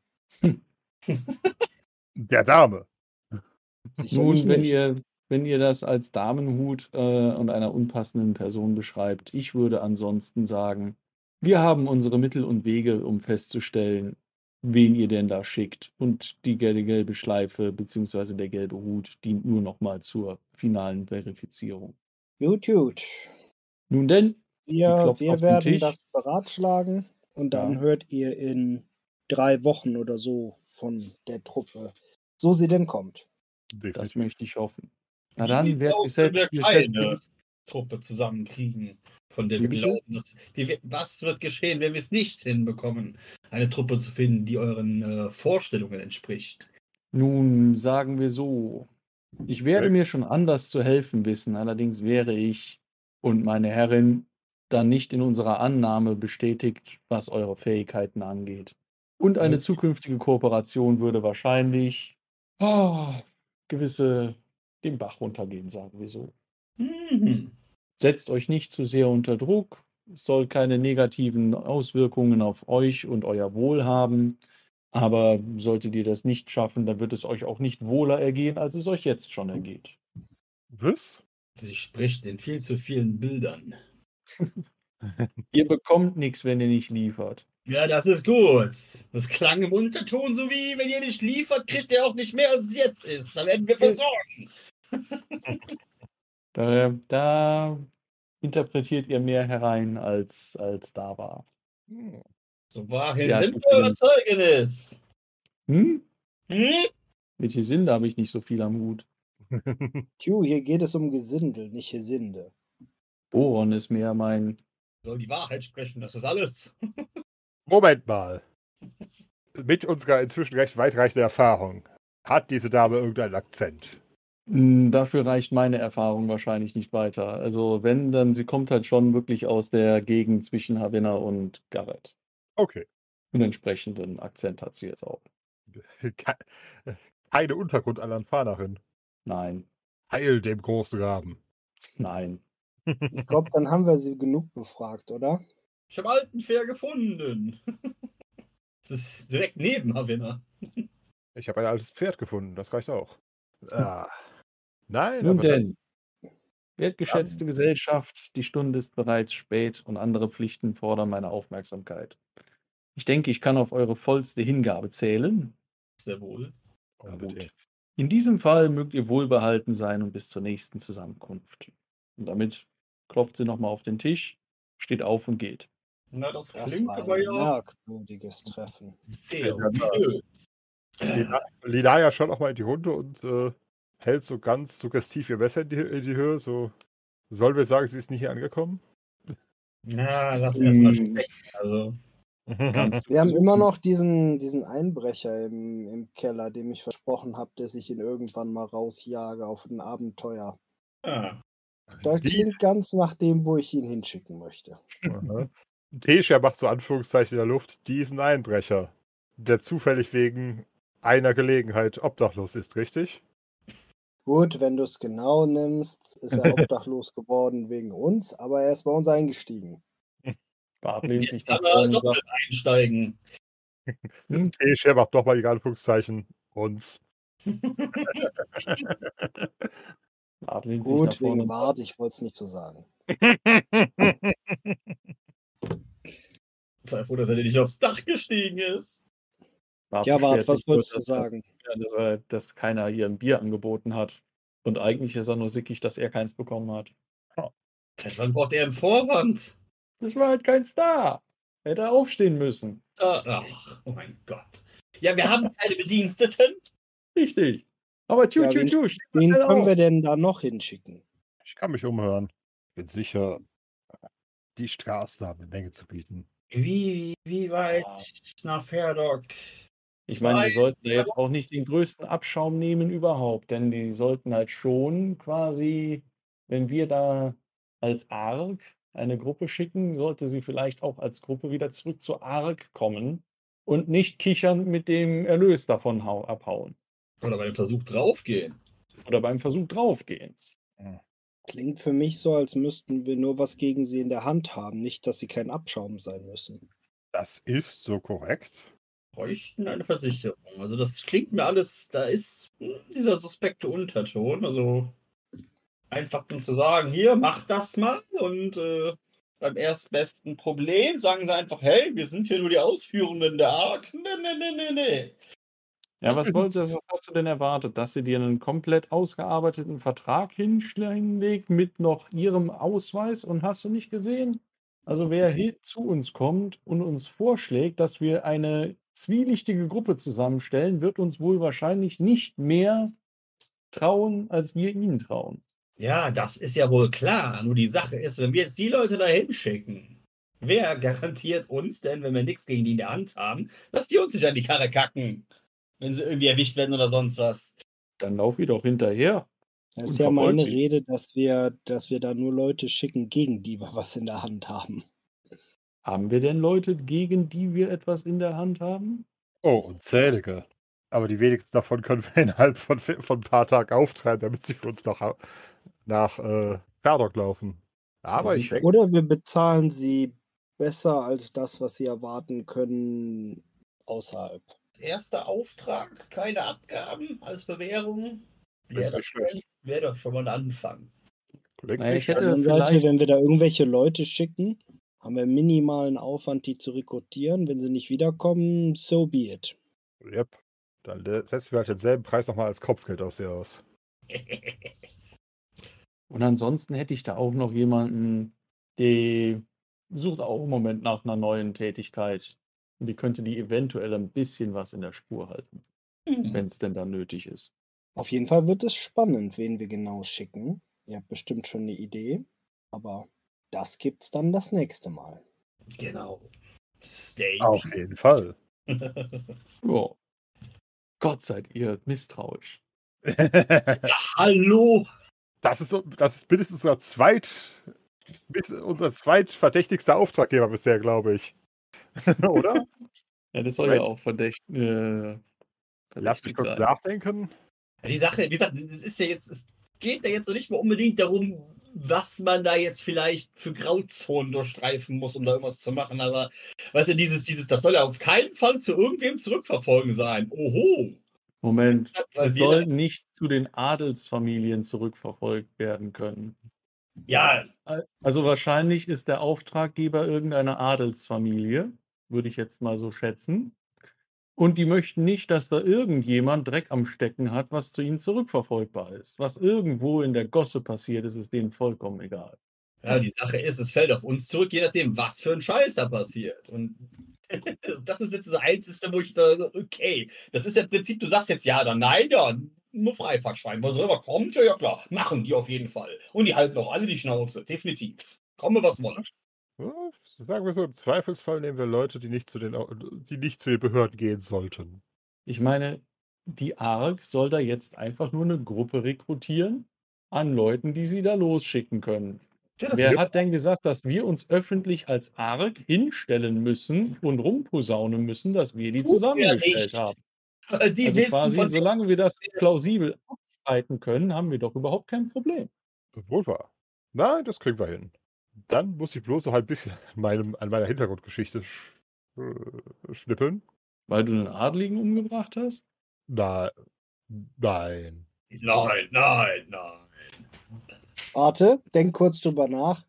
Der Dame. Sicherlich Nun, nicht. wenn ihr das als Damenhut und einer unpassenden Person beschreibt, ich würde ansonsten sagen, wir haben unsere Mittel und Wege, um festzustellen, wen ihr denn da schickt. Und die gelbe Schleife bzw. der gelbe Hut dient nur noch mal zur finalen Verifizierung. Gut. Nun denn, sie klopft Wir auf den werden Tisch. das beratschlagen und dann Ja. hört ihr in 3 Wochen oder so von der Truppe, so sie denn kommt. Das möchte ich hoffen. Na wie dann, sieht's werdet aus, wenn wir geschätzt, keine Truppe zusammenkriegen, von der Wie wir bitte? glauben, was wird geschehen, wenn wir es nicht hinbekommen, eine Truppe zu finden, die euren Vorstellungen entspricht? Nun, sagen wir so, ich werde mir schon anders zu helfen wissen, allerdings wäre ich und meine Herrin dann nicht in unserer Annahme bestätigt, was eure Fähigkeiten angeht. Und eine Okay. zukünftige Kooperation würde wahrscheinlich gewisse den Bach runtergehen, sagen wir so. Mhm. Setzt euch nicht zu sehr unter Druck. Es soll keine negativen Auswirkungen auf euch und euer Wohl haben. Aber solltet ihr das nicht schaffen, dann wird es euch auch nicht wohler ergehen, als es euch jetzt schon ergeht. Was? Sie spricht in viel zu vielen Bildern. Ihr bekommt nichts, wenn ihr nicht liefert. Ja, das ist gut. Das klang im Unterton so wie, wenn ihr nicht liefert, kriegt ihr auch nicht mehr, als es jetzt ist. Da werden wir versorgen. Da interpretiert ihr mehr herein, als da war. So wahr Sie hat sind nicht euer genug. Zeugnis. Hm? Hm? Mit Gesinde habe ich nicht so viel am Hut. Hier geht es um Gesindel, nicht Gesinde. Boron ist mehr mein. Soll die Wahrheit sprechen, das ist alles. Moment mal. Mit unserer inzwischen recht weitreichenden Erfahrung hat diese Dame irgendeinen Akzent. Dafür reicht meine Erfahrung wahrscheinlich nicht weiter. Also wenn, dann sie kommt halt schon wirklich aus der Gegend zwischen Havanna und Garrett. Okay. Einen entsprechenden Akzent hat sie jetzt auch. Keine Untergrund-Alanfanerin. Nein, Heil dem großen Graben. nein. Ich glaube, dann haben wir sie genug befragt, oder? Ich habe Altenfair gefunden. Das ist direkt neben Havanna. Ich habe ein altes Pferd gefunden, das reicht auch. Nein, Nun aber denn, wertgeschätzte Gesellschaft, die Stunde ist bereits spät und andere Pflichten fordern meine Aufmerksamkeit. Ich denke, ich kann auf eure vollste Hingabe zählen. Sehr wohl. Na unbedingt. gut. In diesem Fall mögt ihr wohlbehalten sein und bis zur nächsten Zusammenkunft. Und damit klopft sie nochmal auf den Tisch, steht auf und geht. Na, das Das klingt war aber ein ja merkwürdiges Treffen. sehr Ja, schön. Linaya schaut auch mal in die Runde und hält so ganz suggestiv ihr Messer in die Höhe. So, sollen wir sagen, sie ist nicht hier angekommen? Na, lass erstmal stecken. Also, Kannst du Wir haben immer versuchen. noch diesen Einbrecher im Keller, dem ich versprochen habe, dass ich ihn irgendwann mal rausjage auf ein Abenteuer. ja. Das Dies- klingt ganz nach dem, wo ich ihn hinschicken möchte. Aha. Tesha macht so Anführungszeichen in der Luft, diesen Einbrecher, der zufällig wegen einer Gelegenheit obdachlos ist, richtig? Gut, wenn du es genau nimmst, ist er obdachlos geworden wegen uns, aber er ist bei uns eingestiegen. Bart lehnt sich nach Kann er vorne und doch sagt, einsteigen. Tesha macht nochmal die Anführungszeichen uns. Bart lehnt sich nach Gut, vorne wegen und Bart, ich wollte es nicht so sagen. Sei froh, dass er nicht aufs Dach gestiegen ist. Bart Ja, beschwert Bart, was sich nur, wolltest du sagen? dass keiner ihr ein Bier angeboten hat. Und eigentlich ist er nur sickig, dass er keins bekommen hat. Wann braucht er einen Vorwand? Das war halt kein Star. Hätte aufstehen müssen. Ach, oh mein Gott. Ja, wir haben keine Bediensteten. Richtig. Aber Ja, wen steht mal wen schnell können wir auf. denn da noch hinschicken? Ich kann mich umhören. Bin sicher, die Straßen haben eine Menge zu bieten. Wie weit nach Ferdok? Ich meine, wir Nein, sollten da jetzt auch nicht den größten Abschaum nehmen überhaupt, denn die sollten halt schon quasi, wenn wir da als Ark eine Gruppe schicken, sollte sie vielleicht auch als Gruppe wieder zurück zur Ark kommen und nicht kichernd mit dem Erlös davon abhauen Oder bei dem Versuch draufgehen. oder beim Versuch draufgehen. Klingt für mich so, als müssten wir nur was gegen sie in der Hand haben, nicht, dass sie kein Abschaum sein müssen. Das ist so korrekt. Bräuchten eine Versicherung. Also das klingt mir alles, da ist dieser suspekte Unterton. Also einfach nur zu sagen, hier, mach das mal und beim erstbesten Problem sagen sie einfach, hey, wir sind hier nur die Ausführenden der Ark. Nee. Ja, was hast du denn erwartet? Dass sie dir einen komplett ausgearbeiteten Vertrag hinlegt mit noch ihrem Ausweis und hast du nicht gesehen? Also wer hier zu uns kommt und uns vorschlägt, dass wir eine zwielichtige Gruppe zusammenstellen, wird uns wohl wahrscheinlich nicht mehr trauen, als wir ihnen trauen. Ja, das ist ja wohl klar. Nur die Sache ist, wenn wir jetzt die Leute da hinschicken, wer garantiert uns denn, wenn wir nichts gegen die in der Hand haben, dass die uns nicht an die Karre kacken, wenn sie irgendwie erwischt werden oder sonst was? Dann lauf ich doch hinterher. Das ist Und ja verfolg meine sie. Rede, dass wir da nur Leute schicken, gegen die wir was in der Hand haben. Haben wir denn Leute, gegen die wir etwas in der Hand haben? Oh, unzählige. Aber die wenigsten davon können wir innerhalb von ein paar Tagen auftreiben, damit sie für uns nach Ferdok laufen. Aber ich sicher. denke, Oder wir bezahlen sie besser als das, was sie erwarten können, außerhalb. Erster Auftrag, keine Abgaben als Bewährung. Klingt nicht schlecht. Wäre doch schon mal ein Anfang. klingt Naja, nicht ich Auf der hätte anderen Seite, vielleicht, wenn wir da irgendwelche Leute schicken, haben wir minimalen Aufwand, die zu rekrutieren. Wenn sie nicht wiederkommen, so be it. Yep. Dann setzen wir halt denselben Preis nochmal als Kopfgeld auf sie aus. und ansonsten hätte ich da auch noch jemanden, der sucht auch im Moment nach einer neuen Tätigkeit. Und die könnte die eventuell ein bisschen was in der Spur halten, wenn es denn dann nötig ist. Auf jeden Fall wird es spannend, wen wir genau schicken. Ihr habt bestimmt schon eine Idee, aber das gibt's dann das nächste Mal. Genau. Stay Auf tuned. jeden Fall. Ja. Gott seid ihr misstrauisch. Hallo! Das ist mindestens unser zweitverdächtigster Auftraggeber bisher, glaube ich. Oder? Ja, das soll Right. ja auch Lass mich verdächtig kurz sein. nachdenken. Die Sache, wie gesagt, es geht ja jetzt so nicht mehr unbedingt darum, was man da jetzt vielleicht für Grauzonen durchstreifen muss, um da irgendwas zu machen, aber weißt du, das soll ja auf keinen Fall zu irgendwem zurückverfolgen sein. Oho! Moment, Weil es wir soll nicht zu den Adelsfamilien zurückverfolgt werden können. ja, Also wahrscheinlich ist der Auftraggeber irgendeine Adelsfamilie, würde ich jetzt mal so schätzen. Und die möchten nicht, dass da irgendjemand Dreck am Stecken hat, was zu ihnen zurückverfolgbar ist. Was irgendwo in der Gosse passiert ist, ist denen vollkommen egal. ja, die Sache ist, es fällt auf uns zurück, je nachdem, was für ein Scheiß da passiert. Und das ist jetzt das Einzige, wo ich sage, okay, das ist ja im Prinzip, du sagst jetzt ja oder nein, ja, nur Freifahrt schreiben. Was selber kommt, ja klar, machen die auf jeden Fall. Und die halten auch alle die Schnauze, definitiv. Komme, was wolle. Ja, sagen wir so, im Zweifelsfall nehmen wir Leute, die nicht zu den Behörden gehen sollten. Ich meine, die ARG soll da jetzt einfach nur eine Gruppe rekrutieren an Leuten, die sie da losschicken können. Ja, Wer hat denn gesagt, dass wir uns öffentlich als ARG hinstellen müssen und rumposaunen müssen, dass wir die zusammengestellt haben? Die Also wissen quasi, von solange wir das plausibel abstreiten können, haben wir doch überhaupt kein Problem. Wohl wahr. Nein, das kriegen wir hin. Dann muss ich bloß noch ein bisschen an meiner Hintergrundgeschichte schnippeln. Weil du einen Adligen umgebracht hast? Nein. Nein, nein. Warte, denk kurz drüber nach.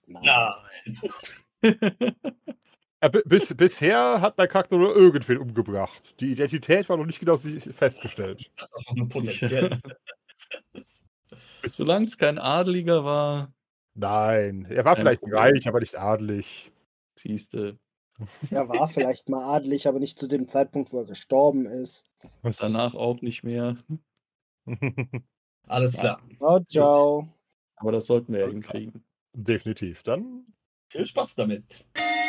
Bisher hat mein Charakter nur irgendwen umgebracht. Die Identität war noch nicht genau festgestellt. Das ist auch nur potenziell. Solange es kein Adliger war, Nein, er war Kein vielleicht Problem. reich, aber nicht adelig. siehste, Er war vielleicht mal adelig, aber nicht zu dem Zeitpunkt, wo er gestorben ist. danach auch nicht mehr. Alles klar. Ciao, ciao. Aber das sollten wir ja Alles klar. hinkriegen. Definitiv. Dann Viel Spaß damit.